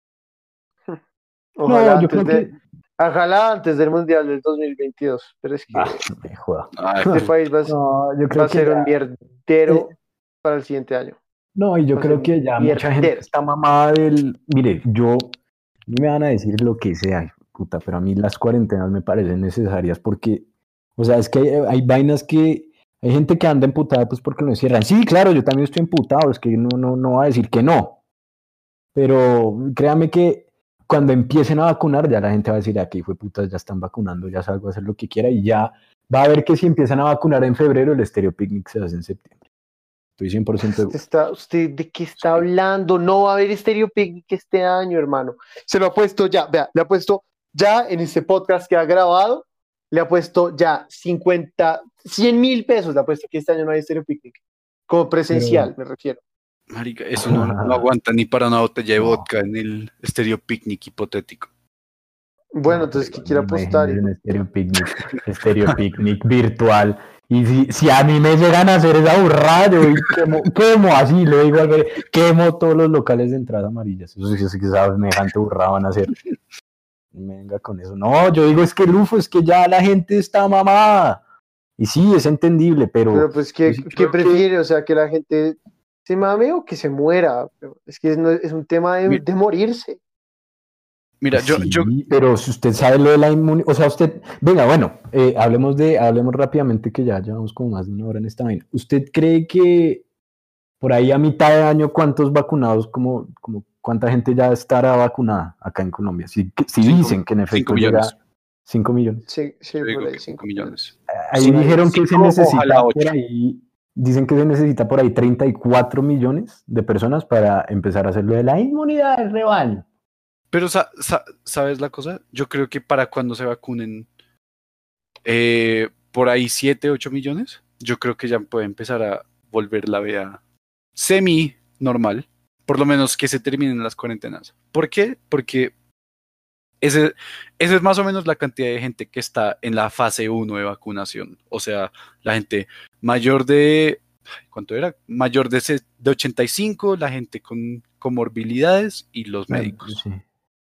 No, ojalá yo antes creo de, que... ojalá antes del Mundial del dos mil veintidós, pero es Ah, que no me joda. Ay, este país va, a- No, yo va creo a que ser ya... un eh, mierdero para el siguiente año, no, y yo va a ser creo un que ya mucha gente mierdero. está mamada del... Mire, yo... A mí me van a decir lo que sea, puta, pero a mí las cuarentenas me parecen necesarias porque, o sea, es que hay, hay vainas que... Hay gente que anda emputada pues porque no cierran. Sí, claro, yo también estoy emputado, es que no, no, no va a decir que no. pero créame que cuando empiecen a vacunar, ya la gente va a decir, aquí fue putas, ya están vacunando, ya salgo a hacer lo que quiera, y ya va a ver que si empiezan a vacunar en febrero, el Estéreo Picnic se hace en septiembre. Estoy cien por ciento ¿Usted, está, ¿Usted de qué está hablando? No va a haber Estéreo Picnic este año, hermano. Se lo ha puesto ya, vea, le ha puesto ya en este podcast que ha grabado, le ha puesto ya cincuenta, cien mil pesos, le ha puesto que este año no hay Estéreo Picnic. Como presencial, Pero... me refiero. Marica, eso no, no aguanta ni para una botella de no. vodka en el Estéreo Picnic hipotético. Bueno, entonces, ¿qué quiere apostar? En Estéreo Picnic, Estéreo Picnic virtual. Y si, si a mí me llegan a hacer esa burrada, yo quemo, quemo así, le digo que quemo todos los locales de entrada amarillas. Eso sí, que sabes, semejante burrada van a hacer. Venga con eso. No, yo digo, es que Lufo, es que ya la gente está mamada. Y sí, es entendible, pero... Pero pues, ¿qué, pues, ¿qué prefiere? Que... O sea, que la gente se mame o que se muera. Es que es, no, es un tema de, de morirse. Mira, yo, sí, yo... pero si usted sabe lo de la inmunidad, o sea, usted, venga, bueno, eh, hablemos de, hablemos rápidamente que ya llevamos como más de una hora en esta vaina. ¿Usted cree que por ahí a mitad de año cuántos vacunados, como, como cuánta gente ya estará vacunada acá en Colombia? Si, si cinco, dicen que en efecto llega cinco millones. Sí, sí, por ahí cinco millones. Ahí sí, dijeron que se necesita por ahí, dicen que se necesita por ahí treinta y cuatro millones de personas para empezar a hacer lo de la inmunidad del rebaño. Pero, ¿sabes la cosa? Yo creo que para cuando se vacunen eh, por ahí siete, ocho millones, yo creo que ya puede empezar a volver la vida semi-normal, por lo menos que se terminen las cuarentenas. ¿Por qué? Porque ese, esa es más o menos la cantidad de gente que está en la fase uno de vacunación. O sea, la gente mayor de... ¿Cuánto era? Mayor de, de ochenta y cinco, la gente con comorbilidades y los médicos. Sí.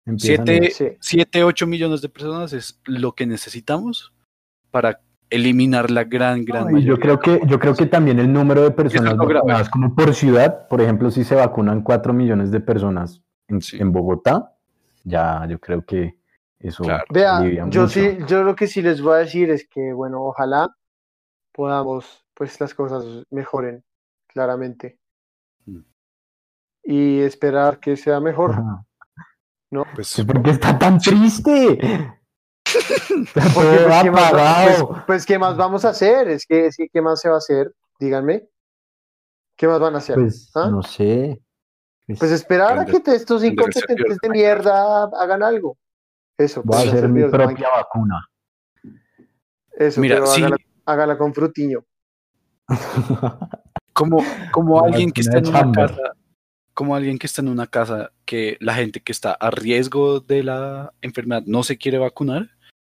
siete, ocho millones de personas es lo que necesitamos para eliminar la gran, gran no, mayoría. Yo creo que, yo creo que también el número de personas vacunadas como por ciudad, por ejemplo, si se vacunan cuatro millones de personas en, sí. en Bogotá, ya yo creo que eso claro. Vea, yo sí, yo lo que sí les voy a decir es que, bueno, ojalá podamos, pues las cosas mejoren, claramente. Mm. Y esperar que sea mejor. Ajá. ¿No? Pues, ¿por qué está tan triste? Porque, pues, ¿qué más, pues, pues, ¿qué más vamos a hacer? Es que, es que, ¿qué más se va a hacer? Díganme. ¿Qué más van a hacer? Pues, ¿ah? No sé. Pues, pues esperar a que estos incompetentes de mierda hagan algo. Eso. Voy a hacer mi propia vacuna. Eso, Mira, pero sí. hágala, hágala con frutiño. Como, como alguien que está en una casa... como alguien que está en una casa que la gente que está a riesgo de la enfermedad no se quiere vacunar,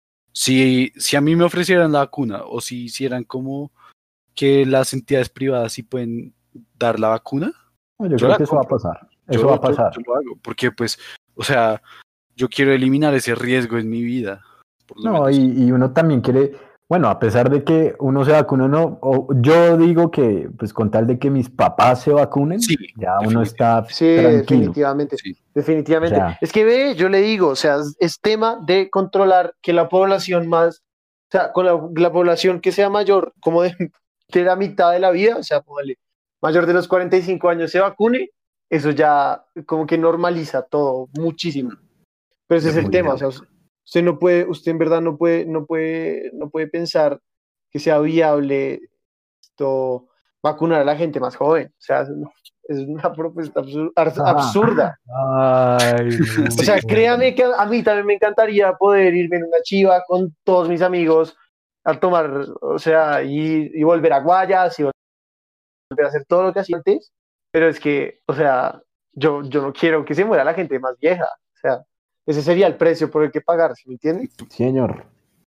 si, si a mí me ofrecieran la vacuna o si hicieran como que las entidades privadas sí pueden dar la vacuna, no, yo, yo creo que eso va a pasar. Eso yo, va a pasar. Yo, yo lo hago porque pues, o sea, yo quiero eliminar ese riesgo en mi vida. Por lo no, menos. Y, y uno también quiere... Bueno, a pesar de que uno se vacune, no, o yo digo que, pues con tal de que mis papás se vacunen, sí, ya uno está sí, tranquilo. Definitivamente, sí. definitivamente. O sea, es que ve, yo le digo, o sea, es tema de controlar que la población más, o sea, con la, la población que sea mayor, como de, de la mitad de la vida, o sea, póngale, mayor de los cuarenta y cinco años se vacune, eso ya como que normaliza todo muchísimo. Pero ese es el tema, o sea, usted no puede, usted en verdad no puede, no puede, no puede pensar que sea viable esto, vacunar a la gente más joven. O sea, es una propuesta absur- absurda. Ay, no. O sea, créame que a mí también me encantaría poder irme en una chiva con todos mis amigos a tomar, o sea, y, y volver a Guayas y volver a hacer todo lo que hacía antes. Pero es que, o sea, yo, yo no quiero que se muera la gente más vieja. O sea, ese sería el precio por el que pagar, ¿me entiendes? Señor.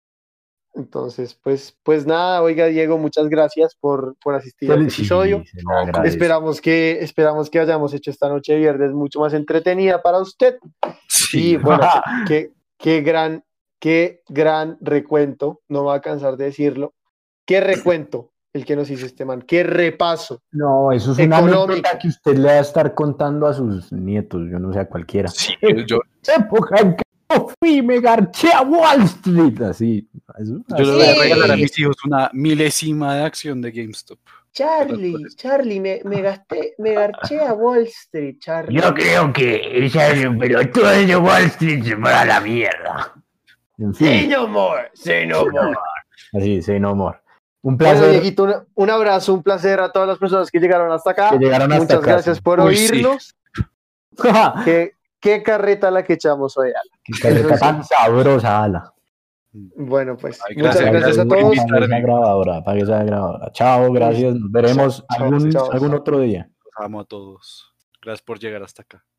Entonces, pues, pues nada, oiga, Diego, muchas gracias por, por asistir al sí, episodio. Sí, esperamos que, esperamos que hayamos hecho esta noche de viernes mucho más entretenida para usted. Sí. Y bueno, qué, qué gran, qué gran recuento, no me va a cansar de decirlo. Qué recuento el que nos hizo este man, qué repaso. No, eso es una anécdota que usted le va a estar contando a sus nietos, yo no sé, a cualquiera. Sí, yo... época en que yo fui, me garché a Wall Street, así. Eso, yo así. Le voy a regalar a mis hijos una milésima de acción de GameStop. Charlie, Charlie, me, me gasté, me garché a Wall Street, Charlie. Yo creo que ese pelotudo de Wall Street se va a la mierda. En fin. Say no more, say no more. Así, say no more. Un Bueno, placer. Dieguito, un, un abrazo, un placer a todas las personas que llegaron hasta acá. Que llegaron hasta Muchas acá, gracias sí. por Uy, sí. oírnos. ¿Qué, qué carreta la que echamos hoy, Ala. Qué carreta tan sabrosa, Ala. Bueno, pues Ay, muchas gracias, gracias a gracias por todos. invitarme. Apague esa grabadora, apague esa grabadora. Chao, gracias. Nos veremos Chao, algún, chao. algún otro día. Los amo a todos. Gracias por llegar hasta acá.